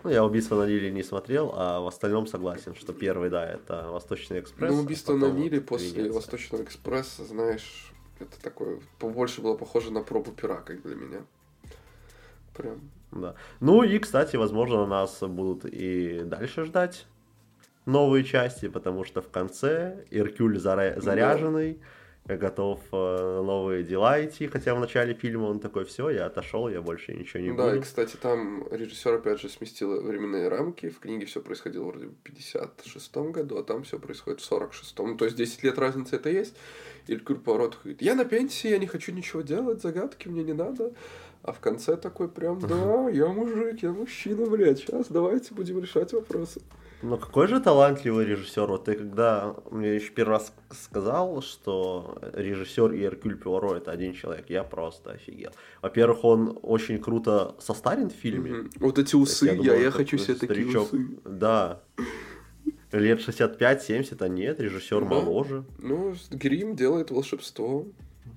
Ну, я «Убийство на Ниле» не смотрел, а в остальном согласен, что первый, да, это «Восточный экспресс». Ну, а «Убийство на потом Ниле» вот после «Венеция». «Восточного экспресса», знаешь, это такое, побольше было похоже на пробу пера, как для меня. Прям. Да. Ну и, кстати, возможно, нас будут и дальше ждать новые части, потому что в конце Иркюль заря- заряженный, готов э, на новые дела идти, хотя в начале фильма он такой: все, я отошел, я больше ничего не Да, и, буду. кстати, там режиссер опять же сместил временные рамки. В книге все происходило вроде в пятьдесят шестом году, а там все происходит в сорок шестом. Ну, то есть десять лет разницы это есть. И Иркюль Пуаро говорит: я на пенсии, я не хочу ничего делать, загадки мне не надо. А в конце такой прям: да, я мужик, я мужчина, блядь, сейчас давайте будем решать вопросы. Ну какой же талантливый режиссер. Вот ты когда мне еще первый раз сказал, что режиссер и Эркюль Пуаро это один человек, я просто офигел. Во-первых, он очень круто состарен в фильме. Мгм. Вот эти усы, я я, думал, я это хочу себе такие старичок. усы. Да. Лет шестьдесят пять семьдесят, а нет, режиссер Да. моложе. Ну, грим делает волшебство.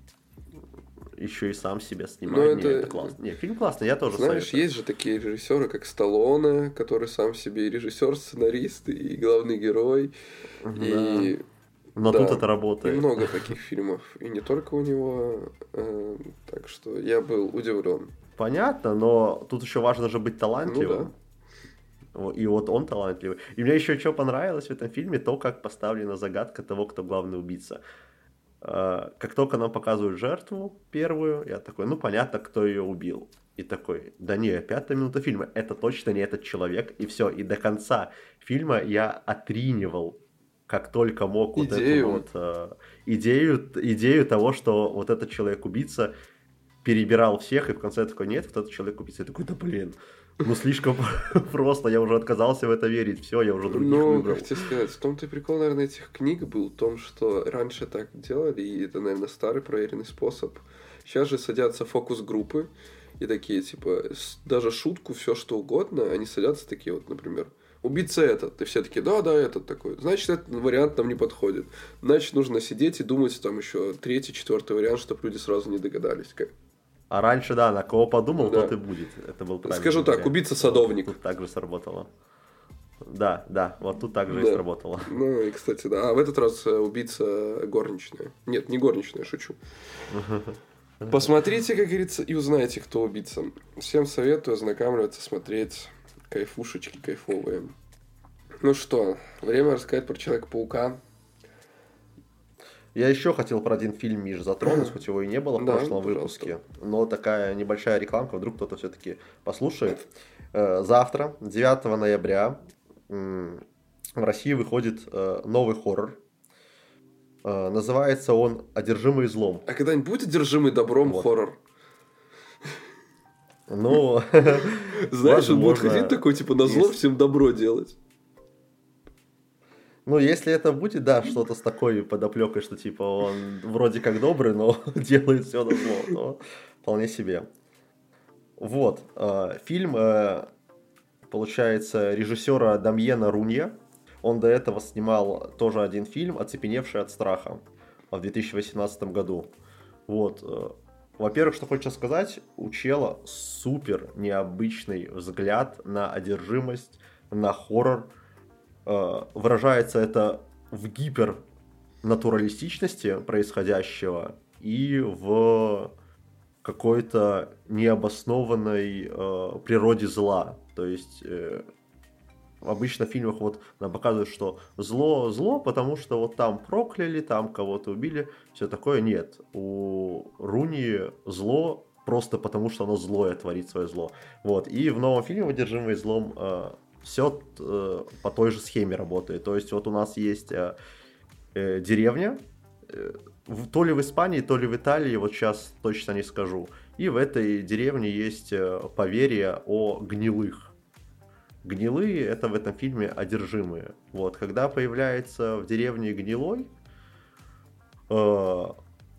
Еще и сам себя Ну, снимает. это- Не, это классно. Не, фильм классный, я тоже Знаешь, советую. есть же такие режиссеры, как Сталлоне, который сам себе и режиссер, сценарист, и главный герой. И Но да, тут это и работает. много таких фильмов. И не только у него. э, так что я был удивлен. Понятно, но тут еще важно же быть Ну талантливым. Во- И вот он талантливый. И мне еще что понравилось в этом фильме, то, как поставлена загадка того, кто главный убийца. Э, Как только нам показывают жертву первую, я такой: ну понятно, кто ее убил. И такой: да не, пятая минута фильма, это точно не этот человек, и все. И до конца фильма я отринивал, как только мог, вот Идею. эту вот э, идею, идею того, что вот этот человек-убийца перебирал всех, и в конце такой: нет, вот этот человек-убийца. Я такой: да блин, ну слишком просто, я уже отказался в это верить, все, я уже других Ну, выбрал. как тебе сказать, в том-то и прикол, наверное, этих книг был, в том, что раньше так делали, и это, наверное, старый проверенный способ. Сейчас же садятся фокус-группы, и такие, типа, с- даже шутку, все что угодно, они садятся такие вот, например: убийца этот. И все такие: да, да, этот такой. Значит, этот вариант нам не подходит. Значит, нужно сидеть и думать там еще третий, четвертый вариант, чтобы люди сразу не догадались. Как- А раньше, да, на кого подумал, Да. тот и будет. Это был правильный Скажу так, вариант. убийца-садовник. Вот тут так же сработало. Да, да, вот тут так же и Да. сработало. Ну, и, кстати, да. А в этот раз э, убийца горничная. Нет, не горничная, шучу. Посмотрите, как говорится, и узнаете, кто убийца. Всем советую ознакомливаться, смотреть. Кайфушечки кайфовые. Ну что, время рассказать про Человека-паука. Я еще хотел про один фильм, Миш, затронуть, хоть его и не было в Да, прошлом пожалуйста. выпуске. Но такая небольшая рекламка, вдруг кто-то все-таки послушает. Э, Завтра, девятого ноября, м, в России выходит э, новый хоррор. Э, Называется он «Одержимый злом». А когда-нибудь будет одержимый добром Вот. хоррор? Ну, Знаешь, он будет возможно, ходить такой, типа, на зло есть. всем добро делать. Ну, если это будет, да, что-то с такой подоплекой, что типа он вроде как добрый, но делает все на зло, то вполне себе. Вот, э, фильм, э, получается, режиссера Дамьена Рунья. Он до этого снимал тоже один фильм «Оцепеневший от страха» в две тысячи восемнадцатом году. Вот. э, Во-первых, что хочется сказать, у чела супер необычный взгляд на одержимость, на хоррор. Э, Выражается это в гипернатуралистичности происходящего и в какой-то необоснованной э, природе зла. То есть э, обычно в фильмах вот нам показывают, что зло зло, потому что вот там прокляли, там кого-то убили, все такое. Нет, у Руни зло просто потому, что оно злое творит свое зло. Вот. И в новом фильме «Одержимый злом» э, все э, по той же схеме работает. То есть вот у нас есть э, э, деревня, э, в- то ли в Испании, то ли в Италии, вот сейчас точно не скажу. И в этой деревне есть э, поверье о гнилых. Гнилые — это в этом фильме одержимые. Вот, когда появляется в деревне гнилой, э,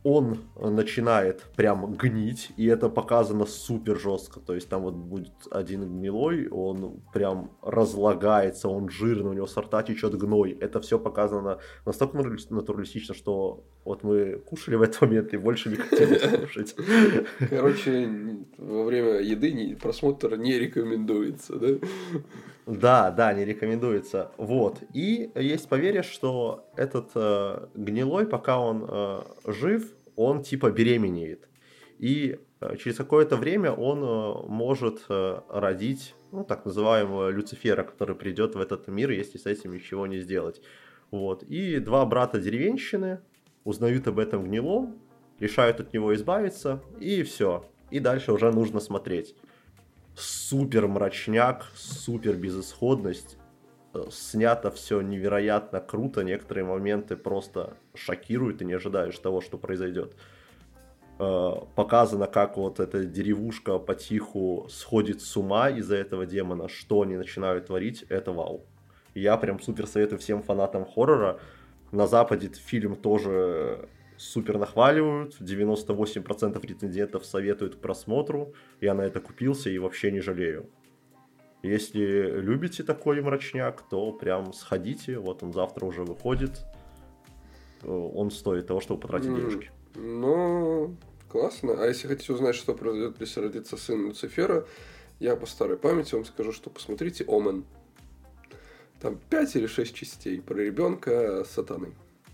он начинает прям гнить, и это показано супер жестко. То есть там вот будет один гнилой, он прям разлагается, он жирный, у него со рта течет гной. Это все показано настолько натуралистично, что вот мы кушали в этот момент и больше не хотели кушать. Короче, во время еды просмотр не рекомендуется, да? Да, да, не рекомендуется. Вот. И есть поверье, что этот э, гнилой, пока он э, жив, он типа беременеет. И э, через какое-то время он э, может э, родить, ну, так называемого Люцифера, который придет в этот мир, если с этим ничего не сделать. Вот. И два брата деревенщины узнают об этом гнилом, решают от него избавиться, и все. И дальше уже нужно смотреть. Супер мрачняк, супер безысходность. Снято все невероятно круто. Некоторые моменты просто шокируют и не ожидаешь того, что произойдет. Показано, как вот эта деревушка потиху сходит с ума из-за этого демона. Что они начинают творить, это вау. Я прям супер советую всем фанатам хоррора. На Западе фильм тоже супер нахваливают, девяносто восемь процентов рецензентов советуют к просмотру, я на это купился и вообще не жалею. Если любите такой мрачняк, то прям сходите, вот он завтра уже выходит, он стоит того, чтобы потратить mm, денежки. Ну, классно. А если хотите узнать, что произойдет, если родится сын Люцифера, я по старой памяти вам скажу, что посмотрите «Омен». Там пять или шесть частей про ребенка сатаны.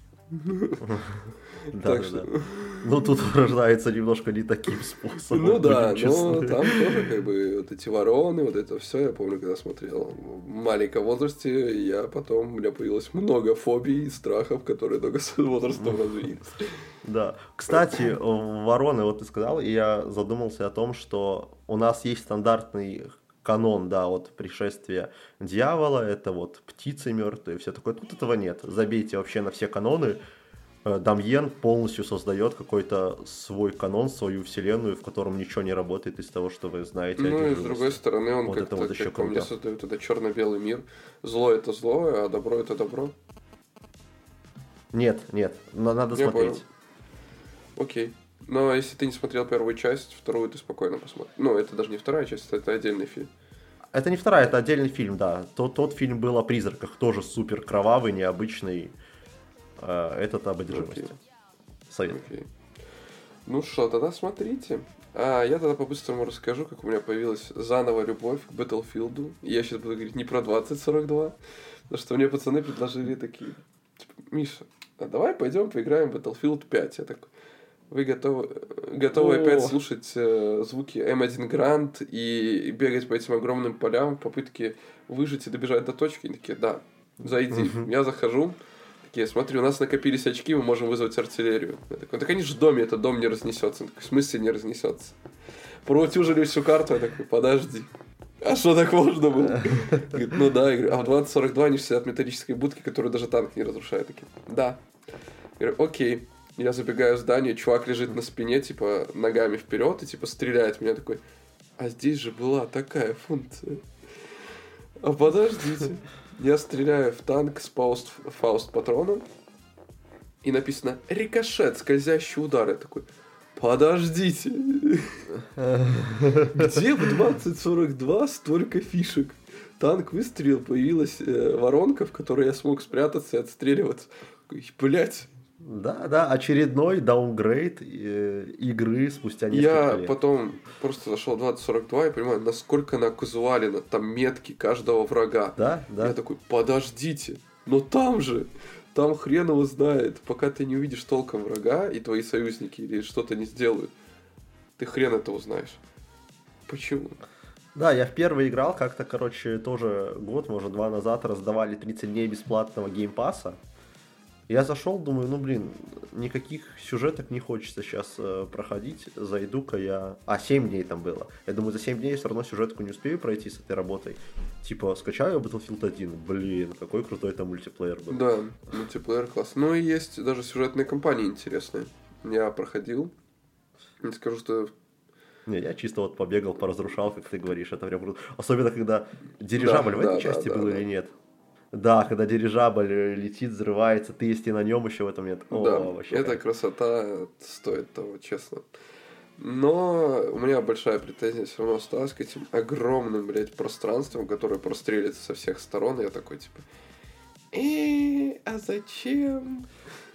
Да, да, да. Ну, тут рождается немножко не таким способом. Ну да, но там тоже как бы вот эти вороны, вот это все, я помню, когда смотрел в маленьком возрасте, я потом, у меня появилось много фобий и страхов, которые только с возрастом развились. Да. Кстати, вороны, вот ты сказал, и я задумался о том, что у нас есть стандартный канон, да, вот пришествие дьявола, это вот птицы мертвые, все такое. Тут этого нет. Забейте вообще на все каноны. Дамьен полностью создает какой-то свой канон, свою вселенную, в котором ничего не работает из того, что вы знаете. Ну и с другой стороны, он вот как-то, вот как по мне, создает это черно-белый мир. Зло это зло, а добро это добро. Нет, нет, но надо Я смотреть. Понял. Окей. Но если ты не смотрел первую часть, вторую ты спокойно посмотришь. Ну, это даже не вторая часть, это отдельный фильм. Это не вторая, это отдельный фильм, да. Тот, тот фильм был о призраках, тоже супер кровавый, необычный. Этот об одержимости. Okay. Совет. Okay. Ну что, тогда смотрите. А я тогда по-быстрому расскажу, как у меня появилась заново любовь к Battlefield. Я сейчас буду говорить не про двадцать сорок два, потому что мне пацаны предложили такие, типа, Миша, а давай пойдем поиграем в Battlefield пять. Я такой, вы готовы, готовы опять слушать э, звуки эм один Grand и бегать по этим огромным полям в попытке выжить и добежать до точки? Они такие, да, зайди. Я захожу. Я смотрю, у нас накопились очки, мы можем вызвать артиллерию. Я такой, так они же в доме, этот дом не разнесется. Он такой, в смысле не разнесется? Проутюжили всю карту, я такой, подожди. А что так можно было? Говорит, ну да, я говорю, а в двадцать сорок два они же сидят в металлической будке, которую даже танк не разрушает. Такие, да. Я говорю, окей. Я забегаю в здание, чувак лежит на спине, типа, ногами вперед и типа стреляет в меня. Такой, а здесь же была такая функция. А подождите. Я стреляю в танк с фауст, фауст патроном, и написано «Рикошет, скользящий удар». Я такой, подождите, где в двадцать сорок два столько фишек? Танк выстрелил, появилась э, воронка, в которой я смог спрятаться и отстреливаться. Блять. Да, да, очередной даунгрейд э, игры спустя несколько я лет. Я потом просто зашел в двадцать сорок два и понимаю, насколько наказуалено, там метки каждого врага. Да, да. Я такой, подождите, но там же, там хрен его знает, пока ты не увидишь толком врага и твои союзники или что-то не сделают, ты хрен это узнаешь. Почему? Да, я в первый играл как-то, короче, тоже год, может, два назад раздавали тридцать дней бесплатного геймпасса. Я зашел, думаю, ну блин, никаких сюжеток не хочется сейчас э, проходить, зайду-ка я... А, семь дней там было. Я думаю, за семь дней я все равно сюжетку не успею пройти с этой работой. Типа, скачаю Battlefield один, блин, какой крутой там мультиплеер был. Да, мультиплеер класс. Ну и есть даже сюжетные кампании интересные. Я проходил, не скажу, что... Не, я чисто вот побегал, поразрушал, как ты говоришь, это прям круто. Особенно, когда дирижабль да, в этой да, части да, был да, или нет. Да, когда дирижабль летит, взрывается, ты если на нем еще в этом нет. О, Да, вообще эта кайф. красота стоит того, честно. Но у меня большая претензия все равно осталась к этим огромным, блядь, пространствам, которые прострелятся со всех сторон. И я такой, типа, э, а зачем?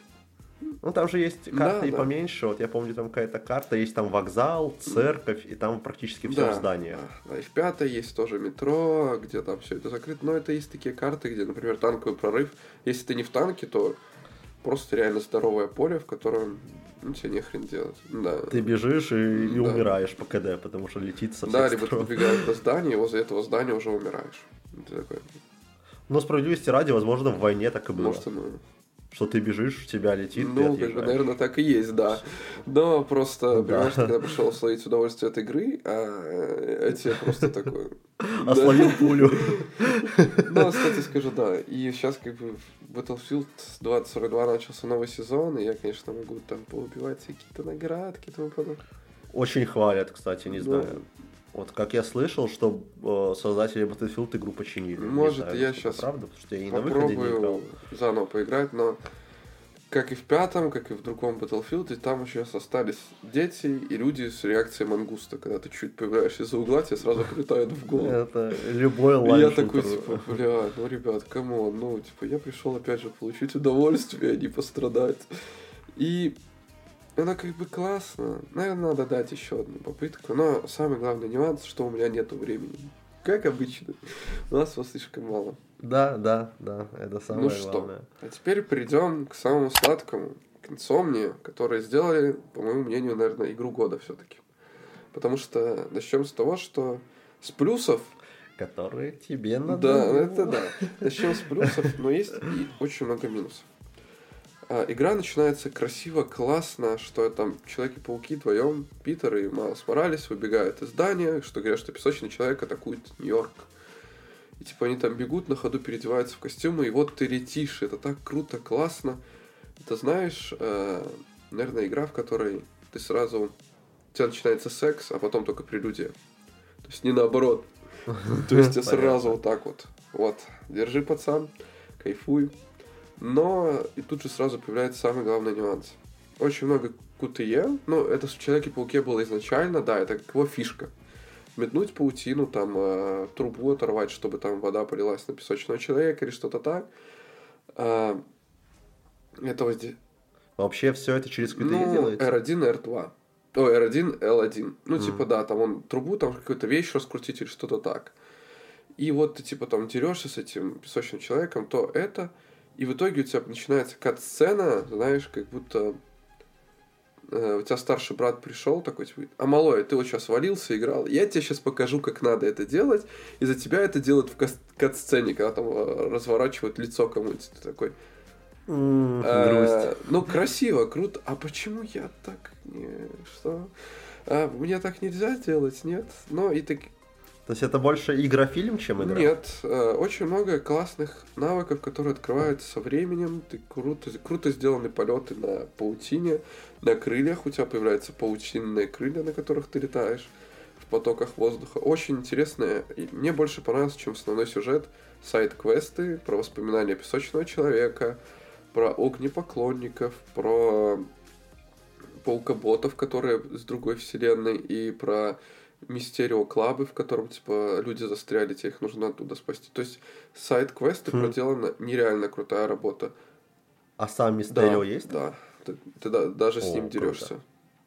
Ну, там же есть Да, карты и да. поменьше. Вот я помню, там какая-то карта, есть там вокзал, церковь, и там практически все Да, в зданиях. да, да. И в пятой есть тоже метро, где там все это закрыто. Но это есть такие карты, где, например, танковый прорыв. Если ты не в танке, то просто реально здоровое поле, в котором ну, тебе нехрен делать. Да. Ты бежишь и, и Да. умираешь по КД, потому что летит со всех Да, либо ты сторон. подбегаешь до здания, и возле этого здания уже умираешь. Ты такой, Но справедливости ради, возможно, в войне так и было. может, оно... Что ты бежишь, в тебя летит, ты Ну, как бы, отъезжаешь. наверное, так и есть, да. Но просто, Да. понимаешь, ты когда пришел словить удовольствие от игры, а эти просто такой... А словил пулю. Ну, кстати, скажу, да. И сейчас как бы в Battlefield двадцать сорок два начался новый сезон, и я, конечно, могу там поубивать какие-то наградки и тому подобное. Очень хвалят, кстати, не Ну, знаю. Вот как я слышал, что э, создатели Battlefield игру починили. Не Может, знаю, я насколько щас правда, потому что я и на выходе не играл. попробую заново поиграть, но как и в пятом, как и в другом Battlefield, там еще остались дети и люди с реакцией мангуста. Когда ты чуть появляешься из-за угла, тебе сразу прилетают в голову. Это любой И лайн я такой, типа, бля, ну, ребят, камон, ну, типа, я пришел опять же получить удовольствие, а не пострадать. И это как бы классно. Наверное, надо дать еще одну попытку. Но самый главный нюанс, что у меня нету времени. Как обычно. У нас его слишком мало. Да, да, да, это самое Ну что, главное. а теперь перейдем к самому сладкому, к Insomnia, которые сделали, по моему мнению, наверное, игру года все-таки. Потому что начнем с того, что с плюсов, Которые тебе надо. да, это да, начнем с плюсов, но есть и очень много минусов. А, игра начинается красиво, классно, что там Человеки-пауки вдвоем, Питер и Майлз Моралес выбегают из здания, что говорят, что песочный человек атакует Нью-Йорк. И типа они там бегут, на ходу переодеваются в костюмы, и вот ты летишь, это так круто, классно. Это знаешь, э, наверное, игра, в которой ты сразу... У тебя начинается секс, а потом только прелюдия. То есть не наоборот. То есть тебе сразу вот так вот. Вот, держи, пацан, кайфуй. Но и тут же сразу появляется самый главный нюанс. Очень много кью ти и, ну, это в Человеке-пауке было изначально, да, это его фишка. Метнуть паутину, там, э, трубу оторвать, чтобы там вода полилась на песочного человека или что-то так. А, это вот здесь... Вообще все это через кью ти и Ну, делается? эр один, эр два. Ой, эр один, эл один. Ну, Мгм. типа, да, там он трубу, там какую-то вещь раскрутить или что-то так. И вот ты, типа, там дерешься с этим песочным человеком, то это... И в итоге у тебя начинается кат-сцена, знаешь, как будто э, у тебя старший брат пришел такой, типа, а малой, ты вот сейчас валился, играл, я тебе сейчас покажу, как надо это делать, и за тебя это делают в кас- кат-сцене, когда там э, разворачивают лицо кому-то, ты такой... М, э, Грусть. ну, красиво, круто, а почему я так не... Что? А, мне так нельзя делать, нет? Ну, и так... То есть это больше игра-фильм, чем игра? Нет, э, очень много классных навыков, которые открываются со временем. Ты круто, круто сделаны полеты на паутине, на крыльях у тебя появляются паутинные крылья, на которых ты летаешь в потоках воздуха. Очень интересно. И мне больше понравился, чем основной сюжет. Сайд-квесты про воспоминания песочного человека, про огнепоклонников, про паукоботов, которые с другой вселенной, и про Мистерио Клабы, в котором, типа, люди застряли, тебе их нужно оттуда спасти. То есть, сайд-квесты Хм. проделана нереально крутая работа. А сам Мистерио Да, есть? Да. Ты, ты да- даже с О, ним круто. дерешься.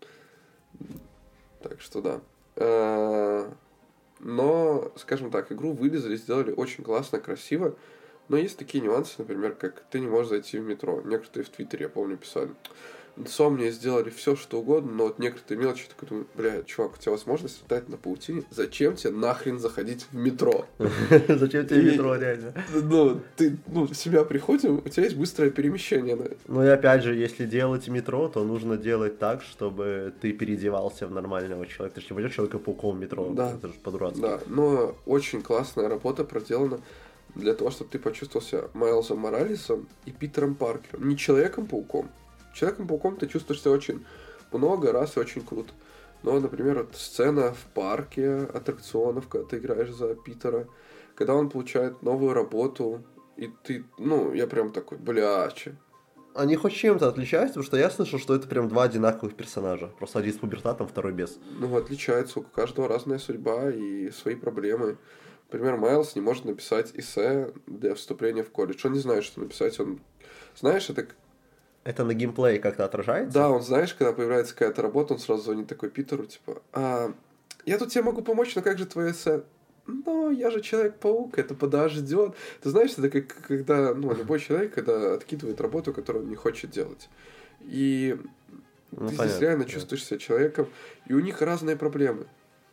Так что да. Э, Но, скажем так, игру вылезали, сделали очень классно, красиво. Но есть такие нюансы, например, как ты не можешь зайти в метро. Некоторые в Твиттере, я помню, писали. Insomnia сделали все, что угодно, но вот некоторые мелочи, такой думаю, бля, чувак, у тебя возможность летать на паутине, зачем тебе нахрен заходить в метро? Зачем тебе И- метро, реально? Ну, ты, ну, в себя приходим, у тебя есть быстрое перемещение. да. Ну и опять же, если делать метро, то нужно делать так, чтобы ты переодевался в нормального человека. Ты же не пойдешь Человека-пауком в метро, Да. это же по-дурацки. Да, но очень классная работа проделана для того, чтобы ты почувствовал себя Майлзом Моралесом и Питером Паркером. Не Человеком-пауком. Человеком-пауком ты чувствуешь себя очень много раз и очень круто. Но, например, вот сцена в парке аттракционов, когда ты играешь за Питера, когда он получает новую работу И ты, ну, я прям такой, бля, че? Они хоть чем-то отличаются, потому что я слышал, что это прям два одинаковых персонажа. Просто один с пубертатом, второй без. Ну, отличается, у каждого разная судьба и свои проблемы. Например, Майлз не может написать эссе для вступления в колледж. Он не знает, что написать. Он, знаешь, это... Это на геймплее как-то отражается? Да, он, знаешь, когда появляется какая-то работа, он сразу звонит такой Питеру, типа, а, я тут тебе могу помочь, но как же твое эссе? Ну, я же Человек-паук, это подождет. Ты знаешь, это как когда, ну, любой человек, когда откидывает работу, которую он не хочет делать. И Ну, ты понятно, здесь реально да. чувствуешь себя человеком, и у них разные проблемы.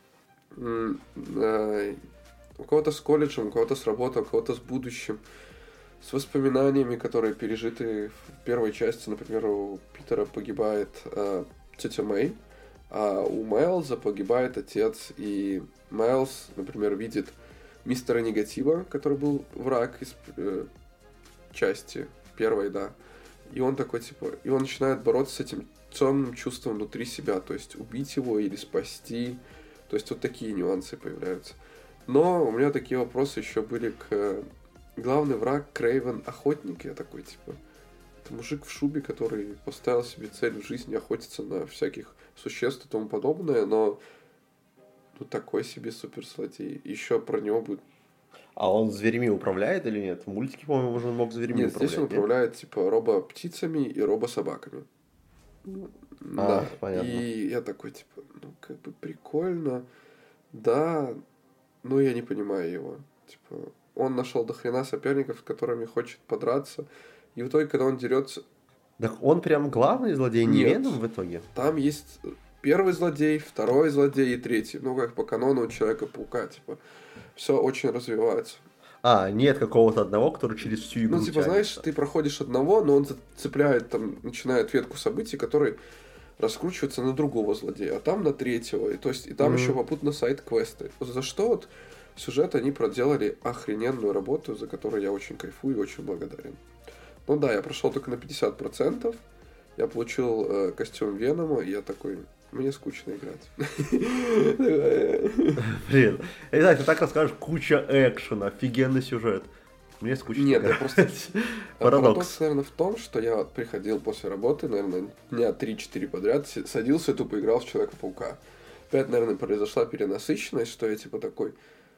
М, а, У кого-то с колледжем, у кого-то с работой, у кого-то с будущим, с воспоминаниями, которые пережиты в первой части. Например, у Питера погибает а, тетя Мэй, а у Майлза погибает отец, и Майлз, например, видит мистера Негатива, который был враг из э, части первой, да. И он такой, типа, и он начинает бороться с этим темным чувством внутри себя, то есть убить его или спасти. То есть вот такие нюансы появляются. Но у меня такие вопросы еще были к... Главный враг Крейвен охотник, я такой, типа... Это мужик в шубе, который поставил себе цель в жизни охотиться на всяких существ и тому подобное, но... Ну, такой себе суперзлодей. Еще про него будет... А он зверями управляет или нет? В мультике, по-моему, уже мог зверями Нет, управлять. здесь он нет? управляет, типа, робо-птицами и робо-собаками. А, Да, понятно. и я такой, типа, ну, как бы прикольно, да, но я не понимаю его. Типа, он нашел до хрена соперников, с которыми хочет подраться, и в итоге, когда он дерется, Так он прям главный злодей, не Нет. Веном в итоге? там есть первый злодей, второй злодей и третий. Ну, как по канону у Человека-паука, типа, все очень развивается. А, нет какого-то одного, который через всю игру Ну, типа, знаешь, тянется. ты проходишь одного, но он цепляет, там, начинает ветку событий, которые раскручиваются на другого злодея, а там на третьего. И, то есть, и там Мгм. еще попутно сайт-квесты. За что вот сюжет они проделали охрененную работу, за которую я очень кайфую и очень благодарен. Ну да, я прошел только на пятьдесят процентов. Я получил э, костюм Венома, и я такой, мне скучно играть. Блин, я не знаю, ты так расскажешь, куча экшена, офигенный сюжет. Мне скучно Нет, я играть. просто... Парадокс. Парадокс, наверное, в том, что я вот приходил после работы, наверное, дня три-четыре подряд, си- садился и тупо играл в Человека-паука. Опять, наверное, произошла перенасыщенность, что я типа такой...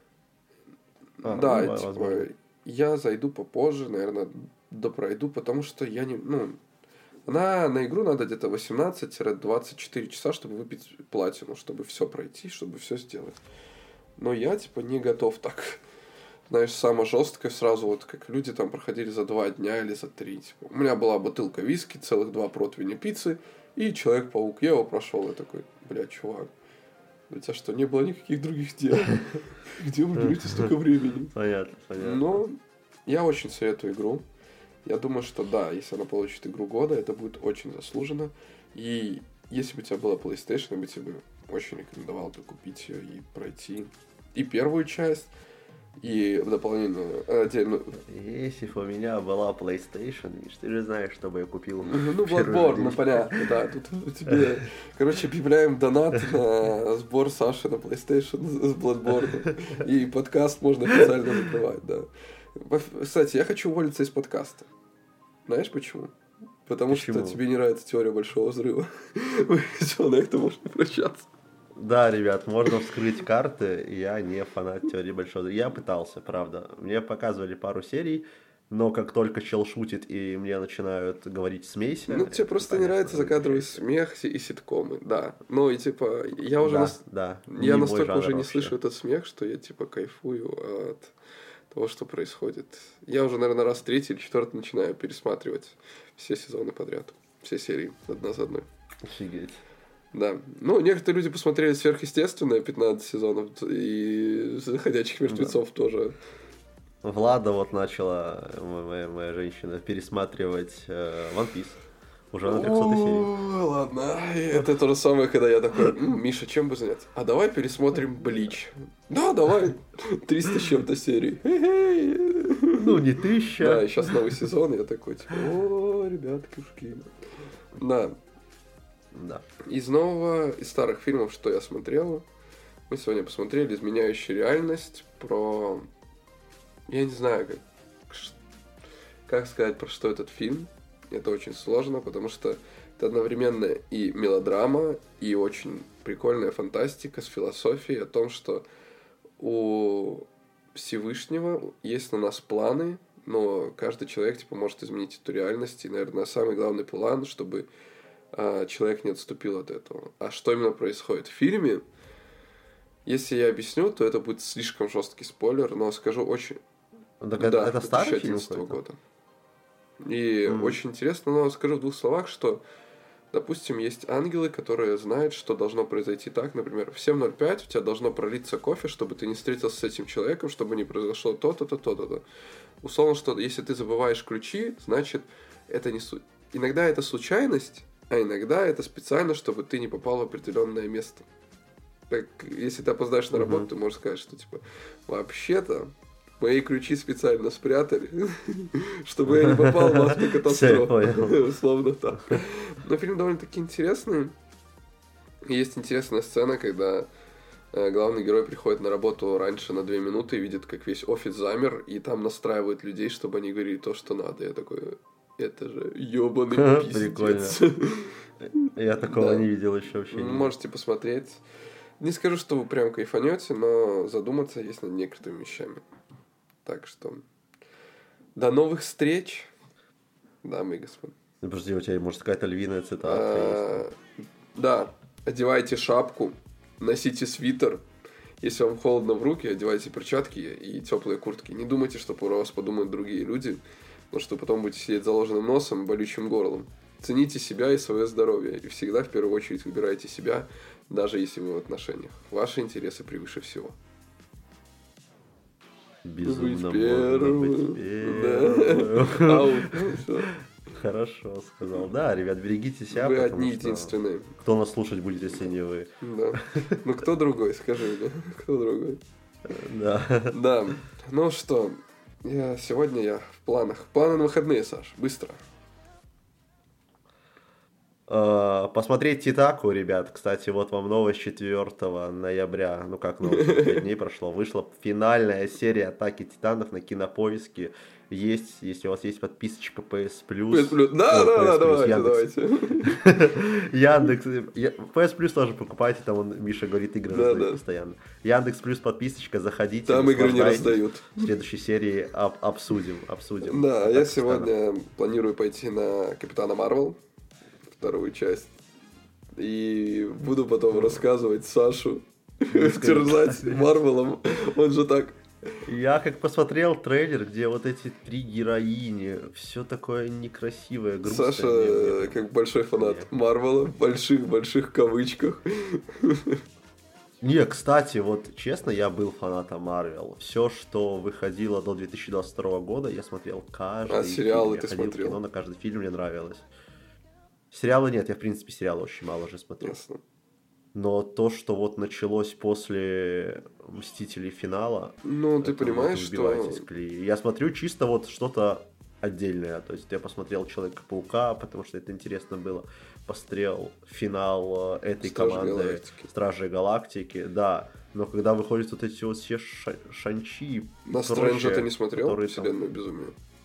А, да, ну, типа, возможно. я зайду попозже, наверное, допройду, потому что я не... Ну, на, на игру надо где-то восемнадцать-двадцать четыре часа, чтобы выпить платину, чтобы все пройти, чтобы все сделать. Но я, типа, не готов так. Знаешь, самое жесткое сразу, вот как люди там проходили за два дня или за три. Типа, у меня была бутылка виски, целых два противня пиццы и Человек-паук. Я его прошел, я такой, бля, чувак, у тебя что, не было никаких других дел? Где вы берете столько времени? Понятно, понятно. Но я очень советую игру. Я думаю, что да, если она получит игру года, это будет очень заслуженно. И если бы у тебя была PlayStation, я бы тебе очень рекомендовал бы купить ее и пройти и первую часть, и в дополнение отдельную... Если бы у меня была PlayStation, Миш, ты же знаешь, что бы я купил. Ну, в первый Bloodborne, день. ну понятно, да. Тут у тебя, короче, объявляем донат на сбор Саши на PlayStation с Bloodborne. И подкаст можно официально закрывать, да. Кстати, я хочу уволиться из подкаста. Знаешь почему? Потому Почему? что тебе не нравится теория большого взрыва. Все, на это можно прощаться. Да, ребят, можно вскрыть карты. Я не фанат теории большого. Я пытался, правда. Мне показывали пару серий, но как только чел шутит и мне начинают говорить «смейся». Ну, тебе просто не понятно, нравится закадровый смех и ситкомы, да. Ну, и типа, я уже... Да, нас- да. Я не мой настолько жанр уже не вообще. слышу этот смех, что я типа кайфую от того, что происходит. Я уже, наверное, раз третий или четвертый начинаю пересматривать все сезоны подряд. Все серии одна за одной. Офигеть. Да. Ну, некоторые люди посмотрели «Сверхъестественное» пятнадцать сезонов, и «Ходячих мертвецов» тоже. Влада вот начала, моя, моя женщина, пересматривать э, One Piece. Уже на трехсотой серии. Ой, ладно. Это то же самое, когда я такой, «М, Миша, чем бы заняться? А давай пересмотрим «Блич». Да, давай. триста с чем-то серий. Хе-хей. Ну, не тысяча. Да, и сейчас новый сезон, я такой, типа, о, ребятки-ушки. Да. Да. Из нового, из старых фильмов, что я смотрел, мы сегодня посмотрели «Изменяющая реальность», про... Я не знаю, как... ш- как сказать, про что этот фильм. Это очень сложно, потому что это одновременно и мелодрама, и очень прикольная фантастика с философией о том, что у Всевышнего есть на нас планы, но каждый человек типа может изменить эту реальность. И, наверное, самый главный план, чтобы а, человек не отступил от этого. А что именно происходит в фильме? Если я объясню, то это будет слишком жесткий спойлер, но скажу очень... Так это, да, это старый фильм две тысячи одиннадцатого какой-то? года. И Mm. очень интересно, но скажу в двух словах, что, допустим, есть ангелы, которые знают, что должно произойти так. Например, в семь ноль пять у тебя должно пролиться кофе, чтобы ты не встретился с этим человеком, чтобы не произошло то-то, то-то, то-то. Условно, что если ты забываешь ключи, значит, это не... Су... Иногда это случайность, а иногда это специально, чтобы ты не попал в определенное место. Так, если ты опоздаешь на работу, ты можешь сказать, что, типа, вообще-то мои ключи специально спрятали, чтобы я не попал в автокатастрофу. Условно так. Но фильм довольно-таки интересный. Есть интересная сцена, когда главный герой приходит на работу раньше на две минуты и видит, как весь офис замер, и там настраивают людей, чтобы они говорили то, что надо. Я такой, это же ёбаный пиздец. Я такого не видел еще вообще. Можете посмотреть. Не скажу, что вы прям кайфанете, но задуматься есть над некоторыми вещами. Так что до новых встреч, дамы и господа. Подожди, у тебя, может, какая-то львиная цитата есть? Да, одевайте шапку, носите свитер. Если вам холодно в руки, одевайте перчатки и теплые куртки. Не думайте, что про вас подумают другие люди, потому что потом будете сидеть заложенным носом, болючим горлом. Цените себя и свое здоровье. И всегда в первую очередь выбирайте себя, даже если вы в отношениях. Ваши интересы превыше всего. Безумно быть можно быть первым. Хорошо сказал. Да, ребят, берегите себя. Вы одни единственные. Кто нас слушать будет, если не вы? Да. Ну кто другой, скажи мне. Кто другой? Да. Да. Ну что, я сегодня я в планах. Планы на выходные, Саш. Быстро. Посмотреть Титаку, ребят. Кстати, вот вам новость четвёртого ноября. Ну как новость, пять дней прошло. Вышла финальная серия Атаки Титанов на Кинопоиске. Есть, если у вас есть подписочка пи эс Plus. пи эс Plus. Да, О, да, да, пи эс Plus, давайте, Яндекс. давайте. Яндекс. пи эс Plus тоже покупайте, там он, Миша говорит, игры Да, раздают да. постоянно. Яндекс Плюс подписочка, заходите. Там игры не наслаждайтесь. раздают. В следующей серии об- обсудим, обсудим. Да, Так, я Титанов. сегодня планирую пойти на Капитана Марвел, вторую часть. И буду потом рассказывать Сашу, терзать Марвелом. Он же так... Я как посмотрел трейлер, где вот эти три героини, все такое некрасивое, грустное. Саша, мне- мне- как большой фанат Марвела, в больших-больших кавычках. Не, кстати, вот честно, я был фанатом Марвел. Все, что выходило до две тысячи двадцать второго года, я смотрел каждый А сериалы фильм. ты Я ходил в смотрел? кино, на каждый фильм мне нравилось. Сериалы нет, я в принципе сериалы очень мало уже смотрел. Ясно. Но то, что вот началось после Мстителей финала... Ну, ты это понимаешь, вы что... выбиваетесь из колеи. Я смотрю чисто вот что-то отдельное. То есть я посмотрел Человека-паука, потому что это интересно было. Посмотрел финал э, этой Стражи команды Галактики. Стражей Галактики, да. Но когда выходят вот эти вот все ша- шанчи и На прочее, Стрэнджа ты не смотрел? которые там- Вселенную безумия.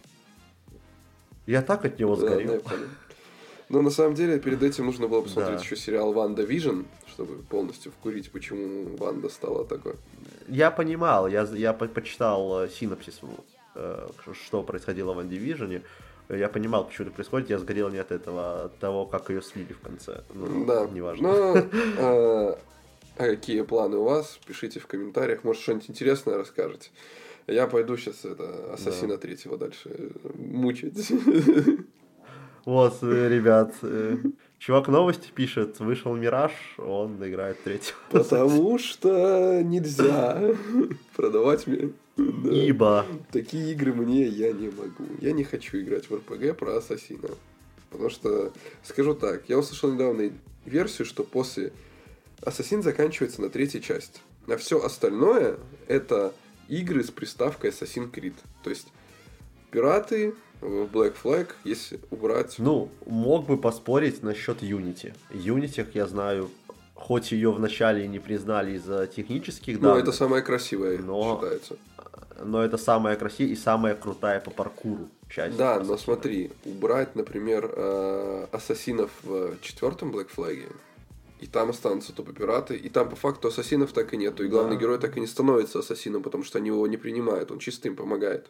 Я так от него Да, сгорел. я понял. Но на самом деле перед этим нужно было посмотреть Да. еще сериал Ванда Вижн, чтобы полностью вкурить, почему Ванда стала такой. Я понимал, я, я по- почитал э, синопсис, э, что происходило в Ван Дивижене. Я понимал, почему это происходит, я сгорел не от этого, а от того, как ее слили в конце. Ну, Да, неважно. но а, а какие планы у вас? Пишите в комментариях, может что-нибудь интересное расскажете. Я пойду сейчас это Ассасина третьего дальше э, мучить. Вот, э, ребят, э, чувак новости пишет, вышел Мираж, он играет третьего. Потому что нельзя продавать мне. Да. Ибо. Такие игры мне я не могу. Я не хочу играть в эр пи джи про Ассасина. Потому что, скажу так, я услышал недавно версию, что после Ассасин заканчивается на третьей части. А все остальное это игры с приставкой Assassin's Creed. То есть пираты в Black Flag, если убрать... Ну, мог бы поспорить насчет Unity. Unity, как я знаю, хоть ее вначале и не признали из-за технических Ну, данных. это самое красивое но- считается. но это самая красивая и самая крутая по паркуру часть. Да, но Ассасина. смотри, убрать, например, э, ассасинов в четвертом Black Flag, и там останутся тупо пираты, и там по факту ассасинов так и нету, и главный Да. герой так и не становится ассасином, потому что они его не принимают, он чисто им помогает.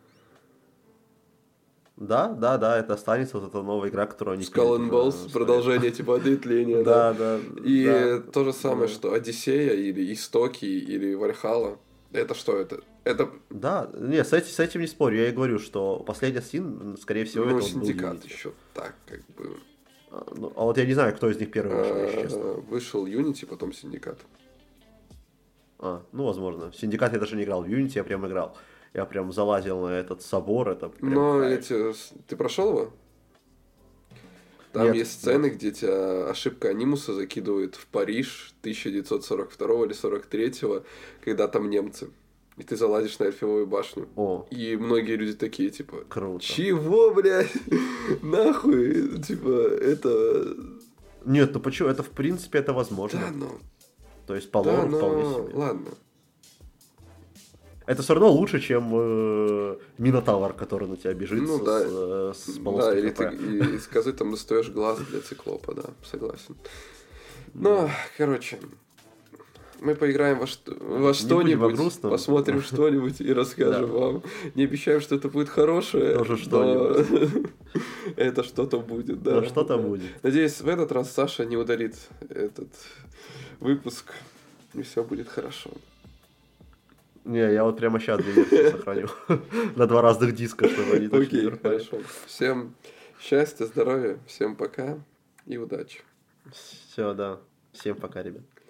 Да, да, да, это останется вот эта новая игра, которую они... Skull and пилят Bones, уже продолжение типа ответвления, Да, да. да. И да. то же самое, Да. что Одиссея или Истоки или Вальхалла. Это что это? Это, Да, не, с этим, с этим не спорю, я и говорю, что последний Ассасин, скорее всего, ну, это он был Синдикат Unity. еще так, как бы. А, ну, а вот я не знаю, кто из них первый вышел, если честно. Э, Вышел Unity, потом Синдикат. А, ну, возможно. В Синдикат я даже не играл, в Unity я прям играл. Я прям залазил на этот собор, это прям Но кайф. эти... Ты прошел его? Там Нет, есть сцены, где тебя ошибка анимуса закидывает в Париж тысяча девятьсот сорок второго или сорок третьего, когда там немцы. И ты залазишь на Эльфивую башню. О, И многие люди такие, типа, круто. чего, блядь? Нахуй? Типа, это... Нет, ну почему? Это, в принципе, это возможно. Да, ну... То есть по Да, лору вполне но... себе. Ладно. Это все равно лучше, чем э, Минотавр, который на тебя бежит Ну с, да. с, э, с Да, полоской или ХП. ты и- из козы там достаешь глаз для циклопа, да, согласен. Ну, короче, мы поиграем во, что- во будем о что-нибудь, грустном. посмотрим что-нибудь и расскажем Да. вам. Не обещаем, что это будет хорошее, Тоже но что-нибудь. это что-то будет, да. Но что-то будет. Надеюсь, в этот раз Саша не удалит этот выпуск, и все будет хорошо. Не, я вот прямо сейчас две версии сохраню. На два разных диска, чтобы они точно не Окей, вернули. хорошо. Всем счастья, здоровья, всем пока и удачи. Все, да. Всем пока, ребят.